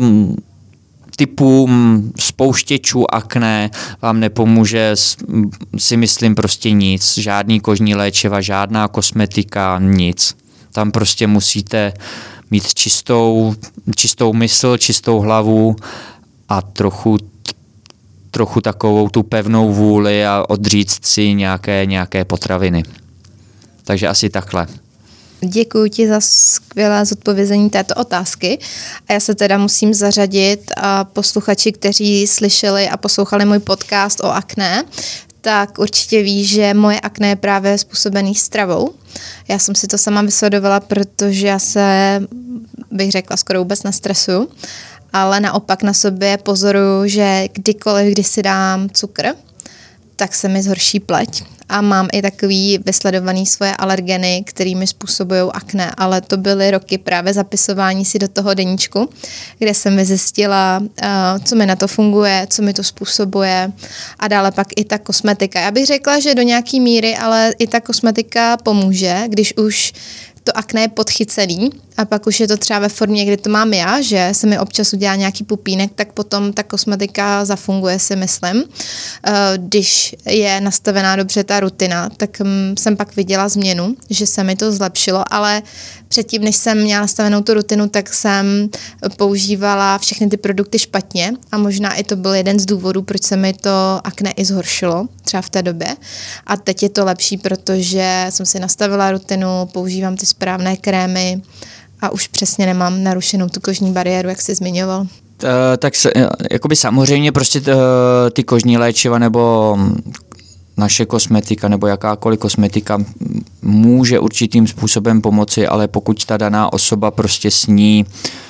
typům spouštěčů akné vám nepomůže, si myslím, prostě nic. Žádný kožní léčiva, žádná kosmetika, nic. Tam prostě musíte mít čistou, čistou mysl, čistou hlavu a trochu trochu takovou tu pevnou vůli a odříct si nějaké, nějaké potraviny. Takže asi takhle. Děkuji ti za skvělé zodpovězení této otázky. A já se teda musím zařadit a posluchači, kteří slyšeli a poslouchali můj podcast o akné, tak určitě ví, že moje akné je právě způsobený stravou. Já jsem si to sama vysledovala, protože já se, bych řekla, skoro vůbec nestresuju. Ale naopak na sobě pozoruju, že kdykoliv, když si dám cukr, tak se mi zhorší pleť. A mám i takový vysledovaný svoje alergeny, kterými způsobují akné, ale to byly roky právě zapisování si do toho deníčku, kde jsem vyzjistila, co mi na to funguje, co mi to způsobuje a dále pak i ta kosmetika. Já bych řekla, že do nějaký míry, ale i ta kosmetika pomůže, když už to akné je podchycený a pak už je to třeba ve formě, kdy to mám já, že se mi občas udělá nějaký pupínek, tak potom ta kosmetika zafunguje, si myslím. Když je nastavená dobře ta rutina, tak jsem pak viděla změnu, že se mi to zlepšilo, ale předtím, než jsem měla nastavenou tu rutinu, tak jsem používala všechny ty produkty špatně a možná i to byl jeden z důvodů, proč se mi to akné i zhoršilo, třeba v té době. A teď je to lepší, protože jsem si nastavila rutinu, používám ty správné krémy a už přesně nemám narušenou tu kožní bariéru, jak jsi zmiňoval. Uh, tak se, jakoby samozřejmě prostě t, ty kožní léčiva nebo naše kosmetika nebo jakákoliv kosmetika může určitým způsobem pomoci, ale pokud ta daná osoba prostě sní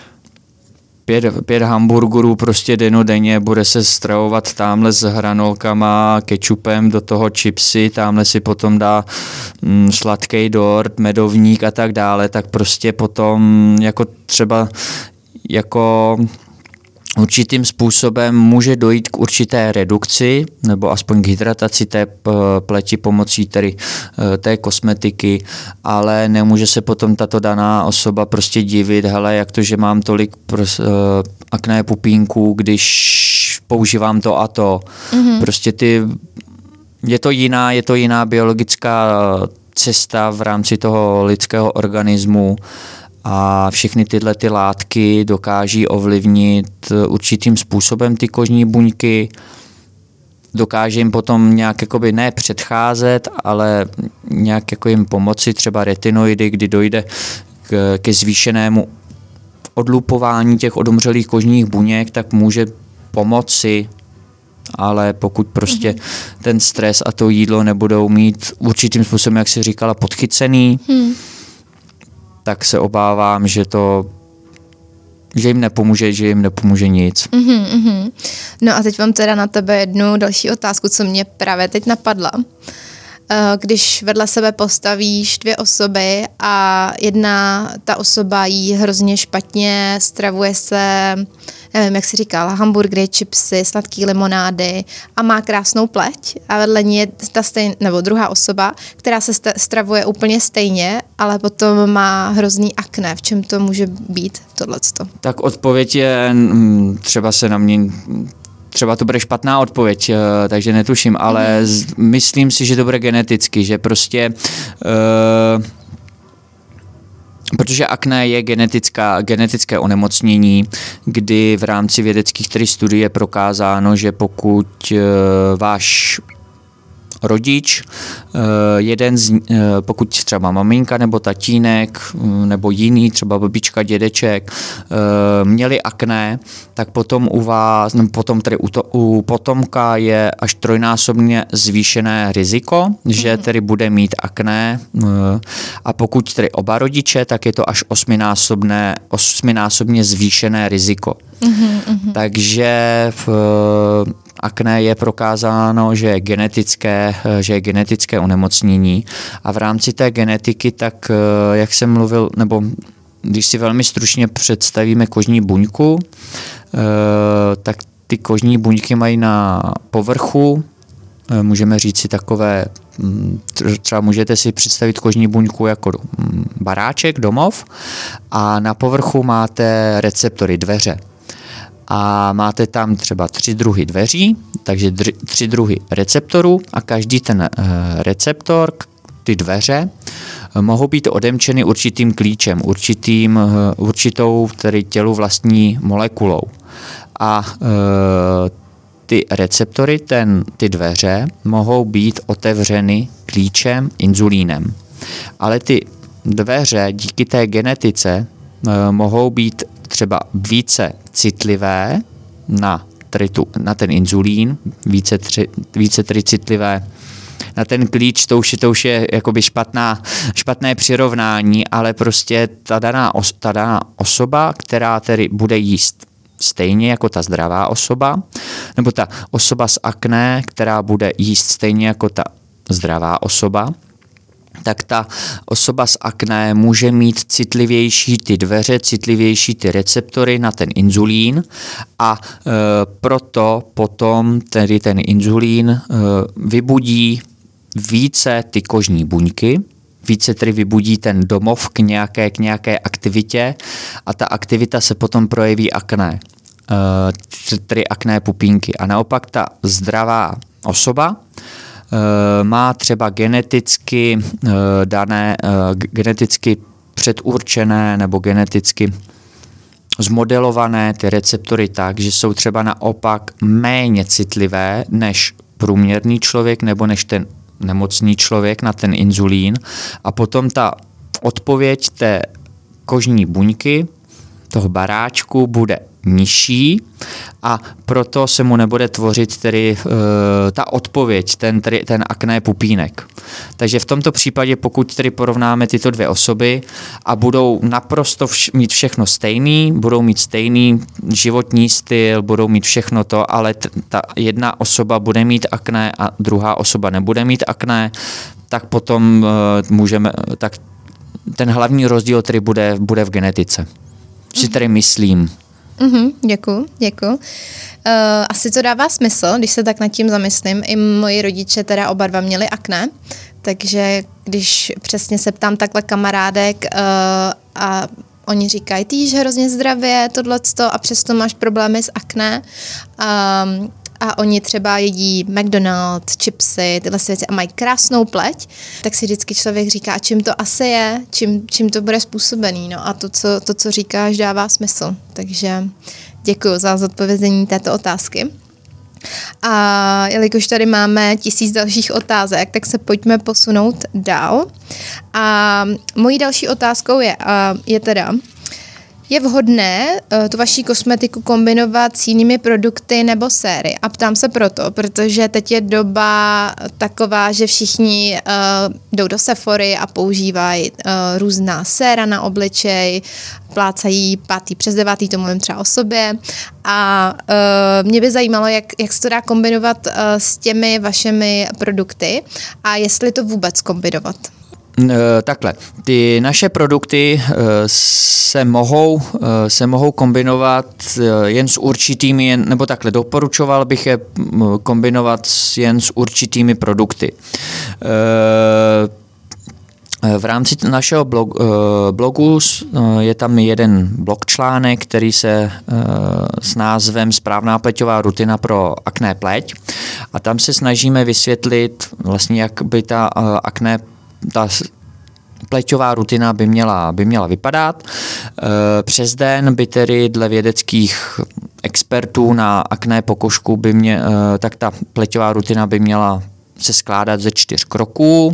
pět, pět hamburgerů prostě denodenně, bude se stravovat tamhle s hranolkama, kečupem, do toho chipsy, tamhle si potom dá mm, sladký dort, medovník a tak dále, tak prostě potom jako třeba jako určitým způsobem může dojít k určité redukci nebo aspoň k hydrataci té pleti pomocí tedy té kosmetiky, ale nemůže se potom tato daná osoba prostě divit, hele, jak to, že mám tolik pros, akné pupínků, když používám to a to. Mm-hmm. Prostě ty, je to jiná, je to jiná biologická cesta v rámci toho lidského organismu. A všechny tyhle ty látky dokáží ovlivnit určitým způsobem ty kožní buňky, dokáže jim potom nějak jakoby ne předcházet, ale nějak jako jim pomoci, třeba retinoidy, kdy dojde k, ke zvýšenému odlupování těch odumřelých kožních buněk, tak může pomoci, ale pokud prostě mm. ten stres a to jídlo nebudou mít určitým způsobem, jak jsi říkala, podchycený, mm. tak se obávám, že to, že jim nepomůže, že jim nepomůže nic. Mm-hmm, mm-hmm. No a teď mám teda na tebe jednu další otázku, co mě právě teď napadla. Když vedle sebe postavíš dvě osoby a jedna ta osoba jí hrozně špatně, stravuje se, nevím, jak jsi říkala, hamburgery, chipsy, sladký limonády a má krásnou pleť a vedle ní je ta stejn, nebo druhá osoba, která se st- stravuje úplně stejně, ale potom má hrozný akné. V čem to může být tohleto? Tak odpověď je, třeba se na mě... Třeba to bude špatná odpověď, takže netuším, ale mm. myslím si, že to bude geneticky, že prostě uh, Protože akné je genetická, genetické onemocnění, kdy v rámci vědeckých tedy studií je prokázáno, že pokud uh, váš rodič, jeden z, pokud třeba maminka nebo tatínek nebo jiný, třeba babička, dědeček, měli akné, tak potom u vás, potom tedy u, to, u potomka je až trojnásobně zvýšené riziko, mm-hmm. že tedy bude mít akné, a pokud tedy oba rodiče, tak je to až osminásobné, osminásobně zvýšené riziko. Mm-hmm. Takže v akné je prokázáno, že je genetické, že je genetické onemocnění, a v rámci té genetiky, tak jak jsem mluvil, nebo když si velmi stručně představíme kožní buňku, tak ty kožní buňky mají na povrchu, můžeme říct si takové, třeba můžete si představit kožní buňku jako baráček, domov, a na povrchu máte receptory, dveře. A máte tam třeba tři druhy dveří, takže dři, tři druhy receptorů, a každý ten e, receptor, ty dveře, e, mohou být odemčeny určitým klíčem, určitým, e, určitou tedy tělu vlastní molekulou. A e, ty receptory, ten, ty dveře, mohou být otevřeny klíčem inzulínem. Ale ty dveře díky té genetice e, mohou být třeba více citlivé na, tu, na ten inzulín, více, tři, více tedy citlivé na ten klíč, to už je, to už je jakoby špatná, špatné přirovnání, ale prostě ta daná, os, ta daná osoba, která tedy bude jíst stejně jako ta zdravá osoba, nebo ta osoba s akné, která bude jíst stejně jako ta zdravá osoba, tak ta osoba s akné může mít citlivější ty dveře, citlivější ty receptory na ten inzulín, a e, proto potom tedy ten inzulín e, vybudí více ty kožní buňky, více tedy vybudí ten domov k nějaké, k nějaké aktivitě, a ta aktivita se potom projeví akné, e, tedy akné pupínky. A naopak ta zdravá osoba má třeba geneticky dané, geneticky předurčené nebo geneticky zmodelované ty receptory tak, že jsou třeba naopak méně citlivé než průměrný člověk nebo než ten nemocný člověk na ten inzulín, a potom ta odpověď té kožní buňky, toho baráčku, bude nižší, a proto se mu nebude tvořit tedy uh, ta odpověď, ten, tedy, ten akné pupínek. Takže v tomto případě, pokud tedy porovnáme tyto dvě osoby a budou naprosto vš- mít všechno stejný, budou mít stejný životní styl, budou mít všechno to, ale t- ta jedna osoba bude mít akné a druhá osoba nebude mít akné, tak potom uh, můžeme, tak ten hlavní rozdíl tedy bude, bude v genetice. Si tedy myslím. Mm-hmm, děkuju, děkuju. Uh, asi to dává smysl, když se tak nad tím zamyslím. I moji rodiče teda oba dva měli akné, takže když přesně se ptám takhle kamarádek uh, a oni říkají, ty jíš hrozně zdravě, tohleto, a přesto máš problémy s akné. Um, a oni třeba jedí McDonald's, chipsy, tyhle věci a mají krásnou pleť, tak si vždycky člověk říká, a čím to asi je, čím, čím to bude způsobený. No a to co, to, co říkáš, dává smysl. Takže děkuji za zodpovězení této otázky. A jelikož tady máme tisíc dalších otázek, tak se pojďme posunout dál. A mojí další otázkou je, je teda, je vhodné uh, tu vaši kosmetiku kombinovat s jinými produkty nebo séry? A ptám se proto, protože teď je doba taková, že všichni uh, jdou do Sephory a používají uh, různá séra na obličej, plácají pátý přes devátý, to mluvím třeba o sobě. A uh, mě by zajímalo, jak, jak se to dá kombinovat uh, s těmi vašimi produkty a jestli to vůbec kombinovat. Takhle, ty naše produkty se mohou, se mohou kombinovat jen s určitými, nebo takhle, doporučoval bych je kombinovat jen s určitými produkty. V rámci našeho blogu je tam jeden blog článek, který se s názvem Správná pleťová rutina pro akné pleť, a tam se snažíme vysvětlit vlastně, jak by ta akné ta pleťová rutina by měla, by měla vypadat. Přes den by tedy dle vědeckých expertů na akné pokožku by mě, tak ta pleťová rutina by měla se skládat ze čtyř kroků.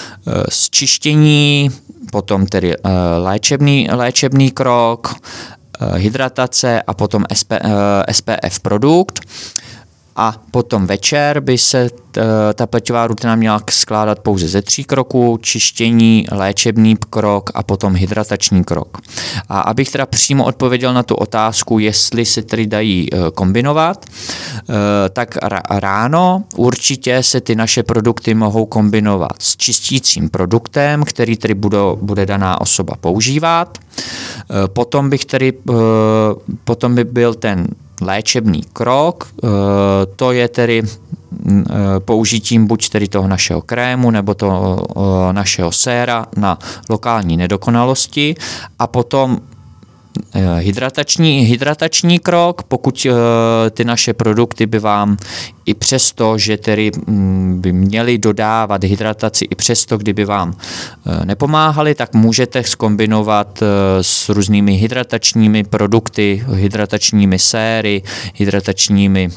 Zčištění, potom tedy léčebný, léčebný krok, hydratace a potom S P F produkt. A potom večer by se ta pleťová rutina měla skládat pouze ze tří kroků, čištění, léčebný krok a potom hydratační krok. A abych teda přímo odpověděl na tu otázku, jestli se tedy dají kombinovat, tak ráno určitě se ty naše produkty mohou kombinovat s čistícím produktem, který tedy bude, bude daná osoba používat. Potom bych tedy, potom by byl ten léčebný krok, to je tedy použitím buď tedy toho našeho krému nebo toho našeho séra na lokální nedokonalosti a potom hydratační, hydratační krok, pokud ty naše produkty by vám i přesto, že tedy by měly dodávat hydrataci i přesto, kdyby vám nepomáhali, tak můžete zkombinovat s různými hydratačními produkty, hydratačními séry, hydratačními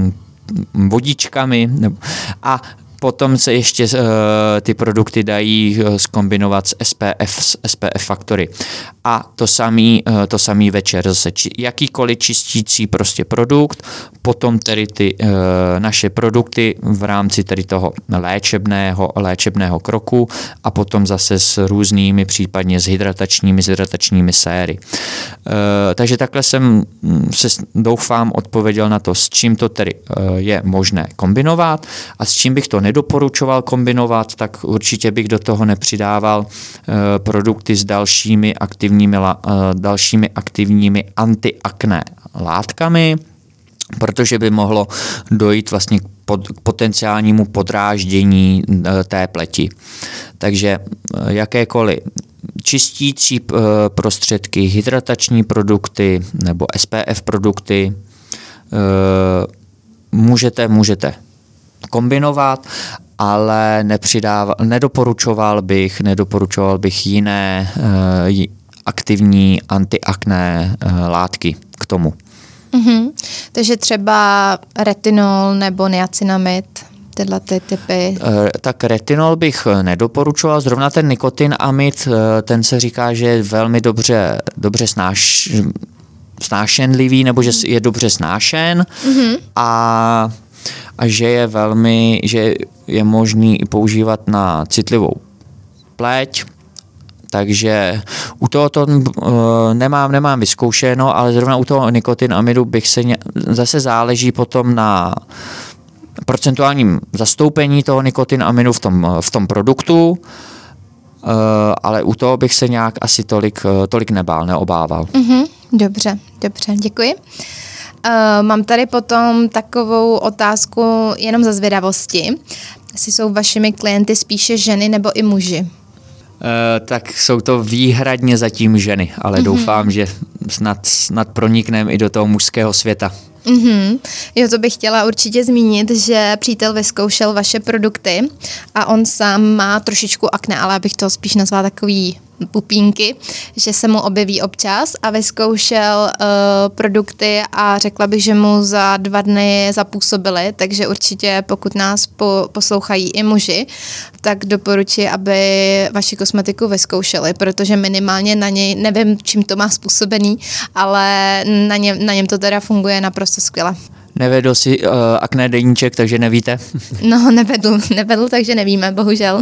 vodičkami a potom se ještě uh, ty produkty dají uh, zkombinovat s S P F, s S P F faktory. A to samý, uh, to samý večer zase. Či, jakýkoliv čistící prostě produkt, potom tedy ty uh, naše produkty v rámci tedy toho léčebného, léčebného kroku a potom zase s různými, případně s hydratačními, s hydratačními séry. Uh, takže takhle jsem se doufám odpověděl na to, s čím to tedy uh, je možné kombinovat a s čím bych to nedoporučoval kombinovat, tak určitě bych do toho nepřidával uh, produkty s dalšími aktivními, uh, dalšími aktivními antiakné látkami, protože by mohlo dojít vlastně k, pod, k potenciálnímu podráždění uh, té pleti. Takže uh, jakékoliv čistící uh, prostředky, hydratační produkty nebo S P F produkty uh, můžete, můžete kombinovat, ale nepřidával, nedoporučoval bych, nedoporučoval bych jiné uh, aktivní antiakné uh, látky k tomu. Mm-hmm. Takže třeba retinol nebo niacinamid, tyhle ty typy. Uh, tak retinol bych nedoporučoval, zrovna ten nikotinamid, uh, ten se říká, že je velmi dobře, dobře snáš, snášenlivý, nebo že je dobře snášen mm-hmm. a a že je velmi, že je možný i používat na citlivou pleť, takže u tohoto uh, nemám, nemám vyzkoušeno, ale zrovna u toho nikotinamidu bych se ně, zase záleží potom na procentuálním zastoupení toho nikotinamidu v tom, v tom produktu, uh, ale u toho bych se nějak asi tolik, tolik nebál, neobával. Mm-hmm, dobře, dobře, děkuji. Uh, mám tady potom takovou otázku jenom ze zvědavosti. Jestli jsou vašimi klienty spíše ženy nebo i muži? Uh, tak jsou to výhradně zatím ženy, ale mm-hmm. doufám, že snad, snad pronikneme i do toho mužského světa. Mm-hmm. Jo, to bych chtěla určitě zmínit, že přítel vyzkoušel vaše produkty a on sám má trošičku akné, ale abych to spíš nazvala takový pupínky, že se mu objeví občas a vyzkoušel uh, produkty a řekla bych, že mu za dva dny zapůsobily, takže určitě pokud nás po, poslouchají i muži, tak doporučuji, aby vaši kosmetiku vyzkoušeli, protože minimálně na něj, nevím, čím to má způsobený, ale na, ně, na něm to teda funguje naprosto skvěle. Nevedl si uh, akné deníček, takže nevíte? No, nevedl, nevedl, takže nevíme, bohužel.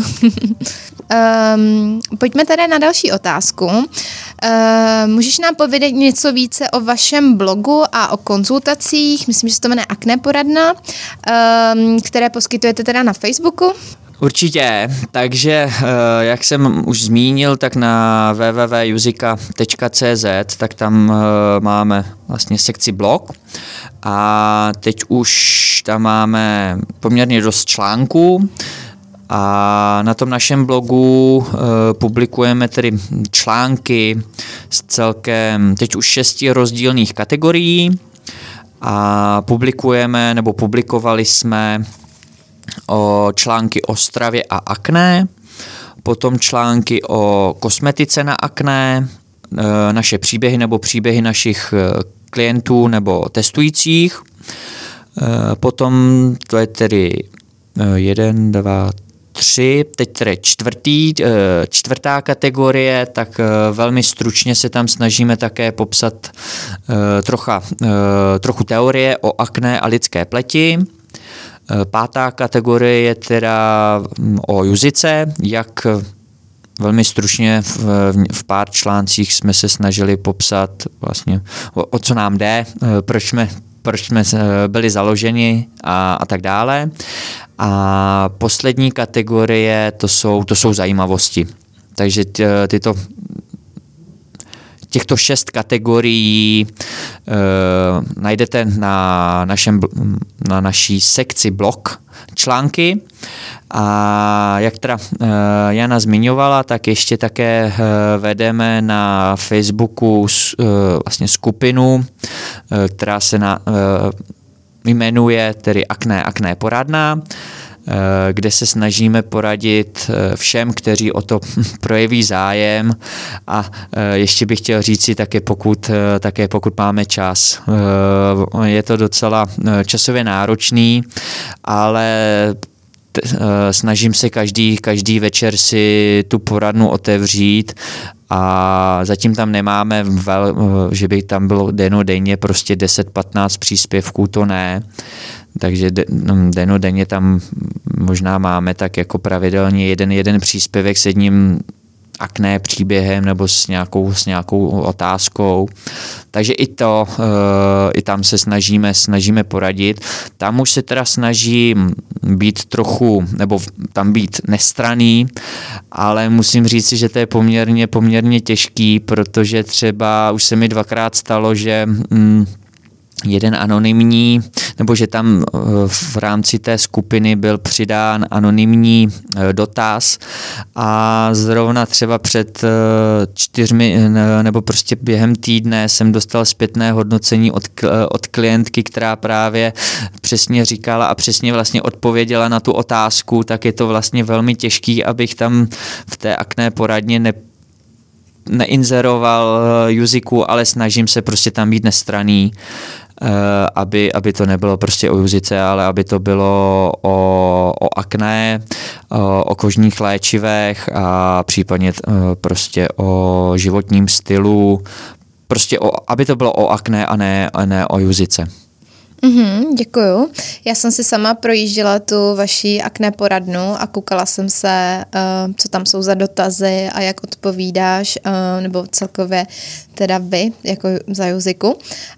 um, pojďme tedy na další otázku. Uh, můžeš nám povědět něco více o vašem blogu a o konzultacích, myslím, že se to jmenuje Akné poradna, um, které poskytujete teda na Facebooku? Určitě, takže jak jsem už zmínil, tak na w w w tečka juzika tečka c z tak tam máme vlastně sekci blog a teď už tam máme poměrně dost článků a na tom našem blogu publikujeme tedy články s celkem teď už šesti rozdílných kategorií a publikujeme nebo publikovali jsme o články o stravě a akné, potom články o kosmetice na akné, naše příběhy nebo příběhy našich klientů nebo testujících. Potom to je tedy jeden, dva, tři, teď tedy čtvrtý, čtvrtá kategorie, tak velmi stručně se tam snažíme také popsat trocha, trochu teorie o akné a lidské pleti. Pátá kategorie je teda o juzice, jak velmi stručně v, v pár článcích jsme se snažili popsat vlastně o, o co nám jde, proč jsme, proč jsme byli založeni a, a tak dále. A poslední kategorie to jsou, to jsou zajímavosti. Takže ty, tyto Těchto šest kategorií e, najdete na, našem, na naší sekci blog články a jak teda e, Jana zmiňovala, tak ještě také e, vedeme na Facebooku s, e, vlastně skupinu, e, která se na, e, jmenuje tedy Akné, Akné poradna, kde se snažíme poradit všem, kteří o to projeví zájem a ještě bych chtěl říci také pokud, také pokud máme čas. Je to docela časově náročný, ale snažím se každý, každý večer si tu poradnu otevřít a zatím tam nemáme, vel, že by tam bylo denodenně prostě deset patnáct příspěvků, to ne. Takže denodenně tam možná máme tak jako pravidelně jeden, jeden příspěvek s jedním akné příběhem nebo s nějakou, s nějakou otázkou. Takže i to, i tam se snažíme, snažíme poradit. Tam už se teda snažím být trochu, nebo tam být nestranný, ale musím říct si, že to je poměrně, poměrně těžký, protože třeba už se mi dvakrát stalo, že mm, jeden anonymní, nebo že tam v rámci té skupiny byl přidán anonymní dotaz a zrovna třeba před čtyřmi nebo prostě během týdne jsem dostal zpětné hodnocení od, od klientky, která právě přesně říkala a přesně vlastně odpověděla na tu otázku, tak je to vlastně velmi těžký, abych tam v té akné poradně ne neinzeroval juziku, ale snažím se prostě tam být nestranný, aby, aby to nebylo prostě o juzice, ale aby to bylo o, o akné, o, o kožních léčivech a případně prostě o životním stylu, prostě o, aby to bylo o akné a ne, a ne o juzice. Mm-hmm, děkuju. Já jsem si sama projížděla tu vaši akné poradnu a koukala jsem se, uh, co tam jsou za dotazy a jak odpovídáš, uh, nebo celkově teda vy, jako za Juziku.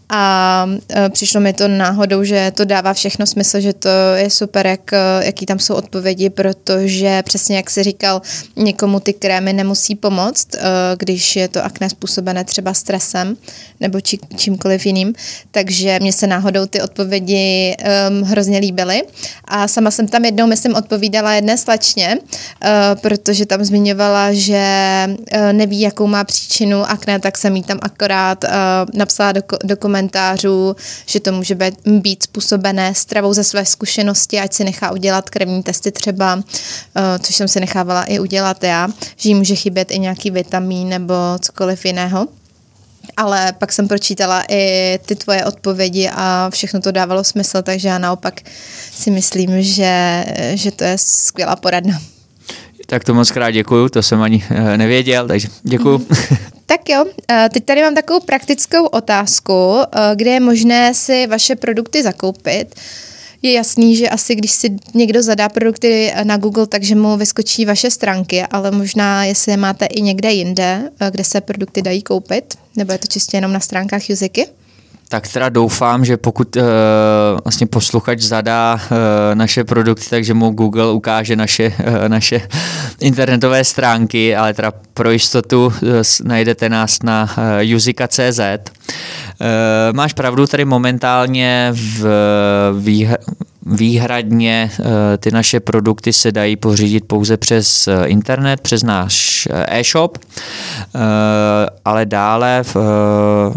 A uh, přišlo mi to náhodou, že to dává všechno smysl, že to je super, jak, jaký tam jsou odpovědi, protože přesně jak jsi říkal, někomu ty krémy nemusí pomoct, uh, když je to akné způsobené třeba stresem nebo či, čímkoliv jiným. Takže mě se náhodou ty odpovědi um, hrozně líbily. A sama jsem tam jednou, myslím, odpovídala jedné slečně, uh, protože tam zmiňovala, že uh, neví, jakou má příčinu akné, tak jsem jí tam akorát uh, napsala do, do komentářů, že to může být, být způsobené stravou ze své zkušenosti, ať si nechá udělat krevní testy třeba, uh, což jsem si nechávala i udělat já, že jí může chybět i nějaký vitamin nebo cokoliv jiného. Ale pak jsem pročítala i ty tvoje odpovědi a všechno to dávalo smysl, takže já naopak si myslím, že, že to je skvělá poradna. Tak to moc krát děkuju, to jsem ani nevěděl, takže děkuju. Mm-hmm. Tak jo, teď tady mám takovou praktickou otázku, kde je možné si vaše produkty zakoupit. Je jasný, že asi když si někdo zadá produkty na Google, takže mu vyskočí vaše stránky, ale možná, jestli je máte i někde jinde, kde se produkty dají koupit, nebo je to čistě jenom na stránkách Juziky? Tak teda doufám, že pokud uh, vlastně posluchač zadá uh, naše produkty, takže mu Google ukáže naše, uh, naše internetové stránky, ale teda pro jistotu uh, najdete nás na uh, juzika tečka cé zet. Uh, máš pravdu, tady momentálně v výhr- výhradně uh, ty naše produkty se dají pořídit pouze přes uh, internet, přes náš uh, e-shop, uh, ale dále v uh,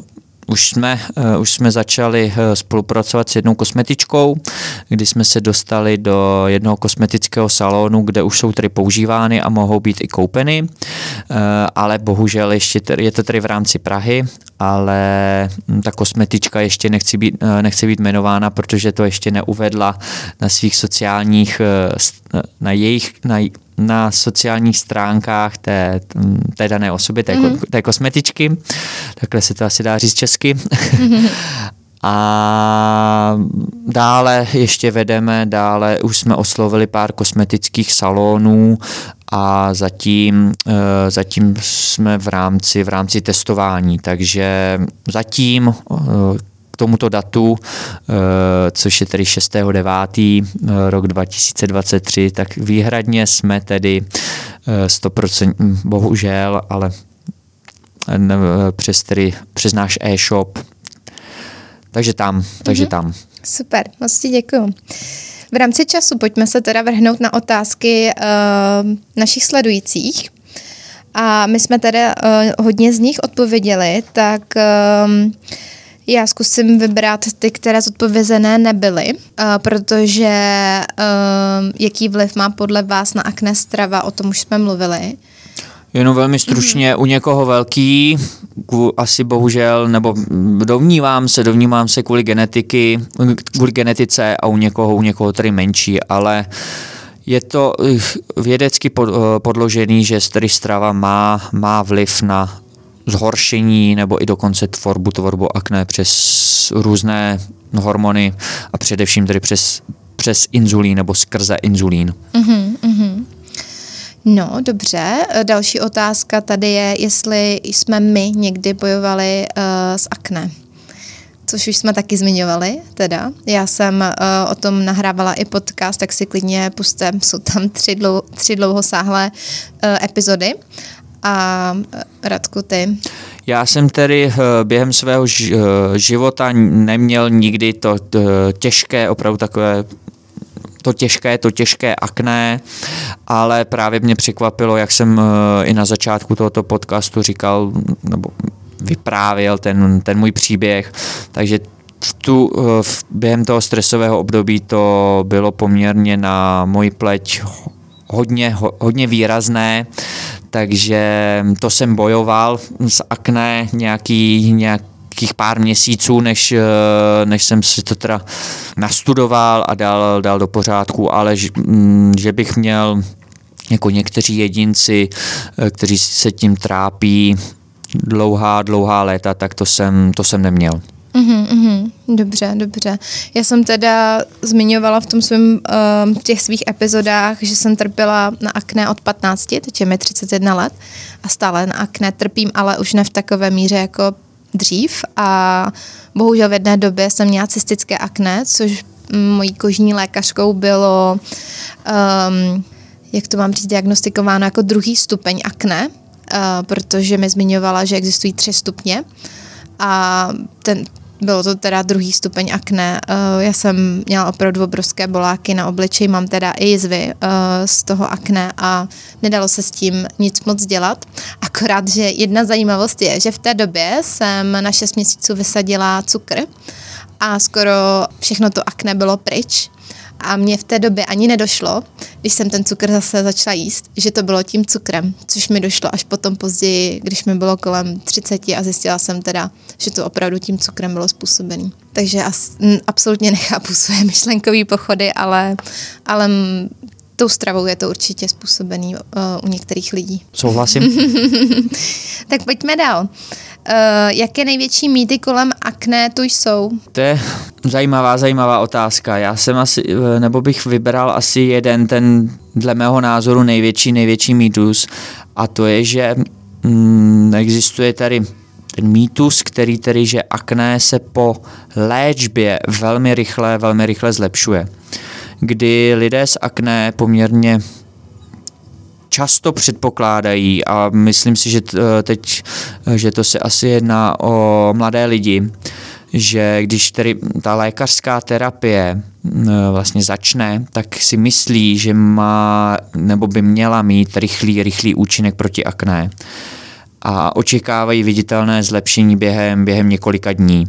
už jsme, uh, už jsme začali uh, spolupracovat s jednou kosmetičkou, kdy jsme se dostali do jednoho kosmetického salonu, kde už jsou tedy používány a mohou být i koupeny, uh, ale bohužel ještě tady, je to tady v rámci Prahy, ale ta kosmetička ještě nechce být, uh, nechce být jmenována, protože to ještě neuvedla na svých sociálních, uh, na jejich, na na sociálních stránkách té, té dané osoby, té, mm. té kosmetičky. Takhle se to asi dá říct česky. A dále ještě vedeme, dále už jsme oslovili pár kosmetických salonů a zatím, zatím jsme v rámci, v rámci testování, takže zatím k tomuto datu, což je tedy šestého devátého rok dva tisíce dvacet tři, tak výhradně jsme tedy sto procent, bohužel, ale přes, tedy, přes náš e-shop. Takže tam, takže mm-hmm. tam. Super, moc ti děkuju. V rámci času pojďme se teda vrhnout na otázky uh, našich sledujících. A my jsme teda uh, hodně z nich odpověděli, tak uh, já zkusím vybrat ty, které zodpovězené nebyly, uh, protože uh, jaký vliv má podle vás na akné strava, o tom už jsme mluvili. Jenom velmi stručně, mm. u někoho velký, asi bohužel, nebo dovnívám se, dovnívám se kvůli genetiky, kvůli genetice a u někoho, u někoho tady menší, ale je to vědecky podložený, že tedy strava má, má vliv na zhoršení nebo i dokonce tvorbu, tvorbu akné přes různé hormony a především tedy přes, přes inzulín nebo skrze inzulín. Mhm, mhm. No, dobře. Další otázka tady je, jestli jsme my někdy bojovali uh, s akné. Což už jsme taky zmiňovali, teda. Já jsem uh, o tom nahrávala i podcast, tak si klidně pusťte, jsou tam tři, dlou, tři dlouhosáhlé uh, epizody. A Radku, ty? Já jsem tedy uh, během svého ž, uh, života neměl nikdy to uh, těžké, opravdu takové to těžké, to těžké akné, ale právě mě překvapilo, jak jsem i na začátku tohoto podcastu říkal, nebo vyprávěl ten, ten můj příběh, takže v tu, v, během toho stresového období to bylo poměrně na moji pleť hodně, hodně výrazné, takže to jsem bojoval s akné nějaký, nějaký pár měsíců, než, než jsem si to teda nastudoval a dal, dal do pořádku, ale že bych měl jako někteří jedinci, kteří se tím trápí dlouhá, dlouhá léta, tak to jsem, to jsem neměl. Uhum, uhum. Dobře, dobře. Já jsem teda zmiňovala v tom svém, uh, v těch svých epizodách, že jsem trpěla na akné od patnácti, teď je mi třicet jedna let a stále na akné trpím, ale už ne v takové míře jako dřív a bohužel v jedné době jsem měla cystické akné, což mojí kožní lékařkou bylo, um, jak to mám říct, diagnostikováno jako druhý stupeň akné, uh, protože mi zmiňovala, že existují tři stupně a ten bylo to teda druhý stupeň akné. Uh, já jsem měla opravdu obrovské boláky na obličeji, mám teda i jizvy uh, z toho akné a nedalo se s tím nic moc dělat. Akorát, že jedna zajímavost je, že v té době jsem na šest měsíců vysadila cukr a skoro všechno to akné bylo pryč. A mně v té době ani nedošlo, když jsem ten cukr zase začala jíst, že to bylo tím cukrem, což mi došlo až potom později, když mi bylo kolem třiceti a zjistila jsem teda, že to opravdu tím cukrem bylo způsobený. Takže as, m, absolutně nechápu své myšlenkové pochody, ale, ale m, tou stravou je to určitě způsobený uh, u některých lidí. Souhlasím. Tak pojďme dál. Uh, jaké největší mýty kolem akné tu jsou? To je zajímavá, zajímavá otázka. Já jsem asi, nebo bych vybral asi jeden ten, dle mého názoru, největší, největší mýtus a to je, že mm, existuje tady ten mýtus, který tedy, že akné se po léčbě velmi rychle, velmi rychle zlepšuje. Kdy lidé s akné poměrně často předpokládají a myslím si, že teď, že to se asi jedná o mladé lidi, že když tedy ta lékařská terapie vlastně začne, tak si myslí, že má nebo by měla mít rychlý, rychlý účinek proti akné. a očekávají viditelné zlepšení během, během několika dní.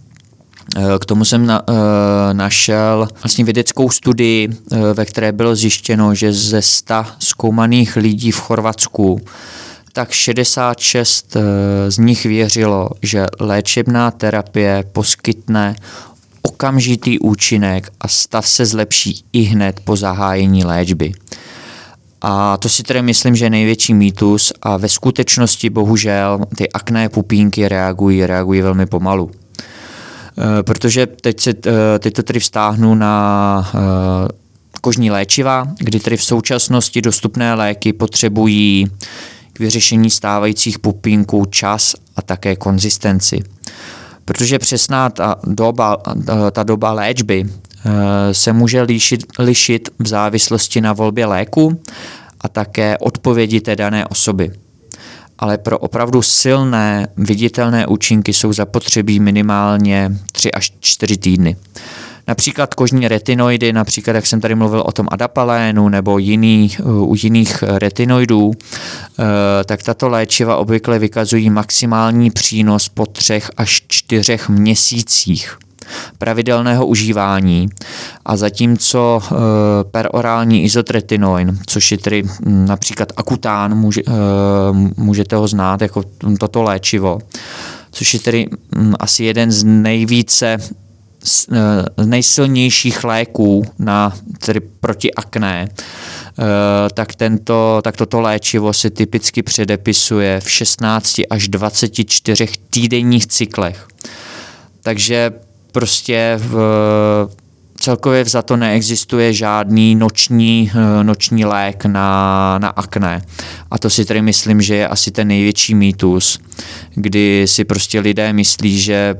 K tomu jsem na, našel vlastně vědeckou studii, ve které bylo zjištěno, že ze sta zkoumaných lidí v Chorvatsku tak šedesát šest z nich věřilo, že léčebná terapie poskytne okamžitý účinek a stav se zlepší ihned po zahájení léčby. A to si tedy myslím, že je největší mýtus a ve skutečnosti bohužel ty akné pupínky reagují, reagují velmi pomalu. Protože teď, se, teď to tedy vztáhnu na kožní léčiva, kdy tedy v současnosti dostupné léky potřebují k vyřešení stávajících pupínků čas a také konzistenci. Protože přesná ta doba, ta doba léčby se může lišit, lišit v závislosti na volbě léku a také odpovědi té dané osoby. Ale pro opravdu silné, viditelné účinky jsou zapotřebí minimálně tři až čtyři týdny. Například kožní retinoidy, například jak jsem tady mluvil o tom adapalénu nebo jiný, u jiných retinoidů, tak tato léčiva obvykle vykazují maximální přínos po třech až čtyřech měsících pravidelného užívání a zatímco e, perorální izotretinoin, což je tedy m, například akután, může, e, můžete ho znát jako toto léčivo, což je tedy m, asi jeden z nejvíce z e, nejsilnějších léků na, tedy proti akné, e, tak, tento, tak toto léčivo se typicky předepisuje v šestnácti až dvaceti čtyřech týdenních cyklech. Takže prostě v, celkově vzato neexistuje žádný noční, noční lék na, na akné. A to si tedy myslím, že je asi ten největší mýtus, kdy si prostě lidé myslí, že,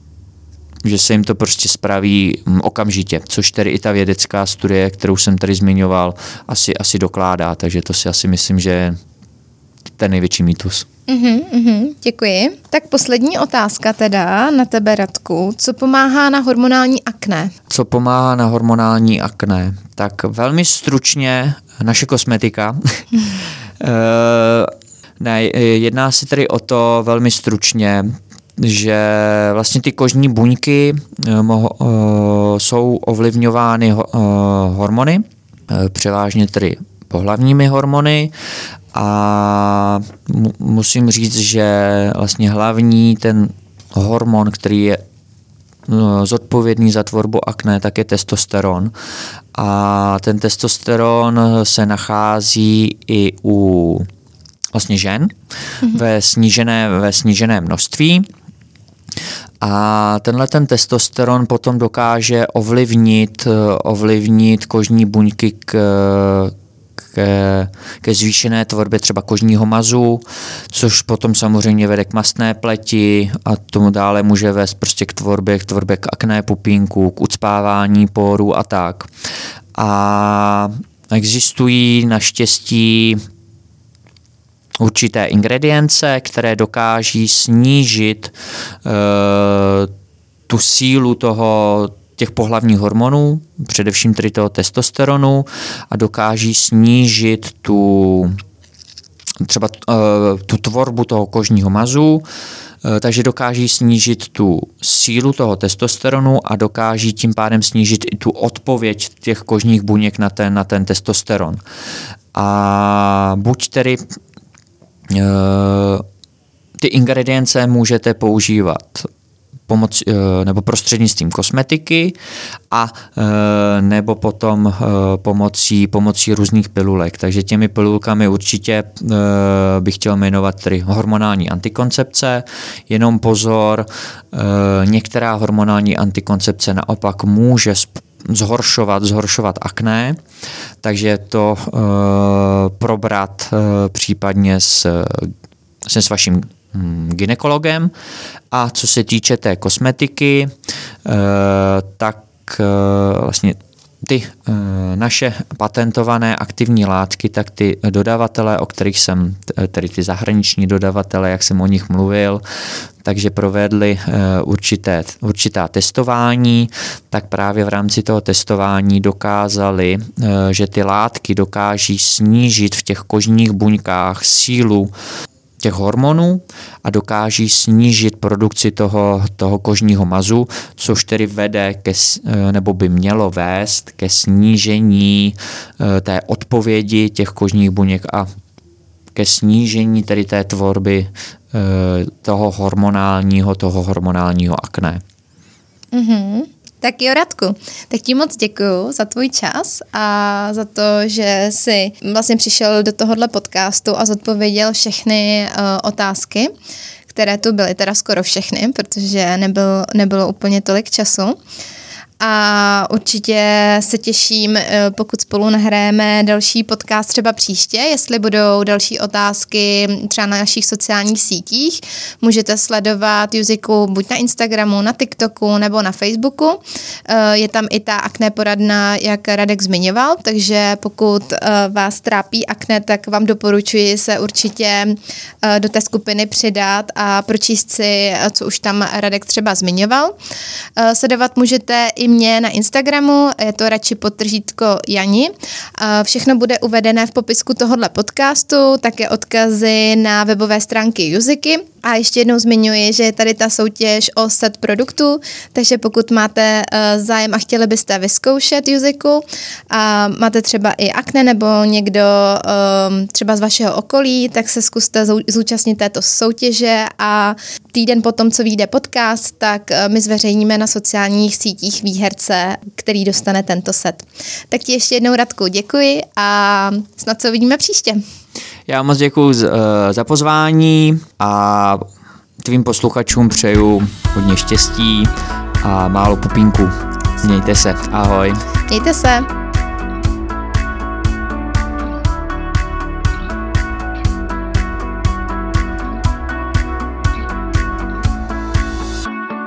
že se jim to prostě spraví okamžitě, což tedy i ta vědecká studie, kterou jsem tady zmiňoval, asi, asi dokládá. Takže to si asi myslím, že je ten největší mýtus. Uhum, uhum, děkuji. Tak poslední otázka teda na tebe, Radku. Co pomáhá na hormonální akné? Co pomáhá na hormonální akné? Tak velmi stručně naše kosmetika. Ne, jedná se tedy o to velmi stručně, že vlastně ty kožní buňky moho, jsou ovlivňovány hormony, převážně tedy pohlavními hormony. A musím říct, že vlastně hlavní ten hormon, který je zodpovědný za tvorbu akné, tak je testosteron. A ten testosteron se nachází i u vlastně žen mm-hmm. ve snížené, ve snížené množství. A tenhle ten testosteron potom dokáže ovlivnit, ovlivnit kožní buňky k Ke, ke zvýšené tvorbě třeba kožního mazu, což potom samozřejmě vede k mastné pleti a tomu dále může vést prostě k tvorbě, k tvorbě k akné pupínku, k ucpávání porů a tak. A existují naštěstí určité ingredience, které dokáží snížit uh, tu sílu toho těch pohlavních hormonů, především tedy toho testosteronu a dokáží snížit tu třeba uh, tu tvorbu toho kožního mazu, uh, takže dokáží snížit tu sílu toho testosteronu a dokáží tím pádem snížit i tu odpověď těch kožních buněk na ten, na ten testosteron. A buď tedy uh, ty ingredience můžete používat pomoc, nebo prostřednictvím kosmetiky a nebo potom pomocí, pomocí různých pilulek. Takže těmi pilulkami určitě bych chtěl jmenovat tedy hormonální antikoncepce. Jenom pozor, některá hormonální antikoncepce naopak může zhoršovat, zhoršovat akné, takže to probrat případně s, s vaším gynekologem. A co se týče té kosmetiky, tak vlastně ty naše patentované aktivní látky, tak ty dodavatelé, o kterých jsem, tedy ty zahraniční dodavatelé, jak jsem o nich mluvil, takže provedli určité, určitá testování, tak právě v rámci toho testování dokázali, že ty látky dokáží snížit v těch kožních buňkách sílu těch hormonů a dokáží snížit produkci toho, toho kožního mazu, což tedy vede ke, nebo by mělo vést ke snížení té odpovědi těch kožních buněk a ke snížení tedy té tvorby toho hormonálního, toho hormonálního akné. Mm-hmm. Tak jo, Radku, tak ti moc děkuju za tvůj čas a za to, že jsi vlastně přišel do tohohle podcastu a zodpověděl všechny uh, otázky, které tu byly, teda skoro všechny, protože nebyl, nebylo úplně tolik času. A určitě se těším, pokud spolu nahrajeme další podcast třeba příště, jestli budou další otázky třeba na našich sociálních sítích. Můžete sledovat Juziku buď na Instagramu, na TikToku nebo na Facebooku. Je tam i ta akné poradna, jak Radek zmiňoval, takže pokud vás trápí akné, tak vám doporučuji se určitě do té skupiny přidat a pročíst si, co už tam Radek třeba zmiňoval. Sledovat můžete i mě na Instagramu, je to radši podtržítko Jani. Všechno bude uvedené v popisku tohohle podcastu, také odkazy na webové stránky Juziky. A ještě jednou zmiňuji, že je tady ta soutěž o set produktů, takže pokud máte uh, zájem a chtěli byste vyzkoušet Juziku a máte třeba i akné nebo někdo um, třeba z vašeho okolí, tak se zkuste zou- zúčastnit této soutěže a týden potom, co vyjde podcast, tak uh, my zveřejníme na sociálních sítích výherce, který dostane tento set. Tak ti ještě jednou, Radku, děkuji a snad se uvidíme příště. Já moc děkuji za pozvání a tvým posluchačům přeju hodně štěstí a málo pupínku. Mějte se. Ahoj. Mějte se.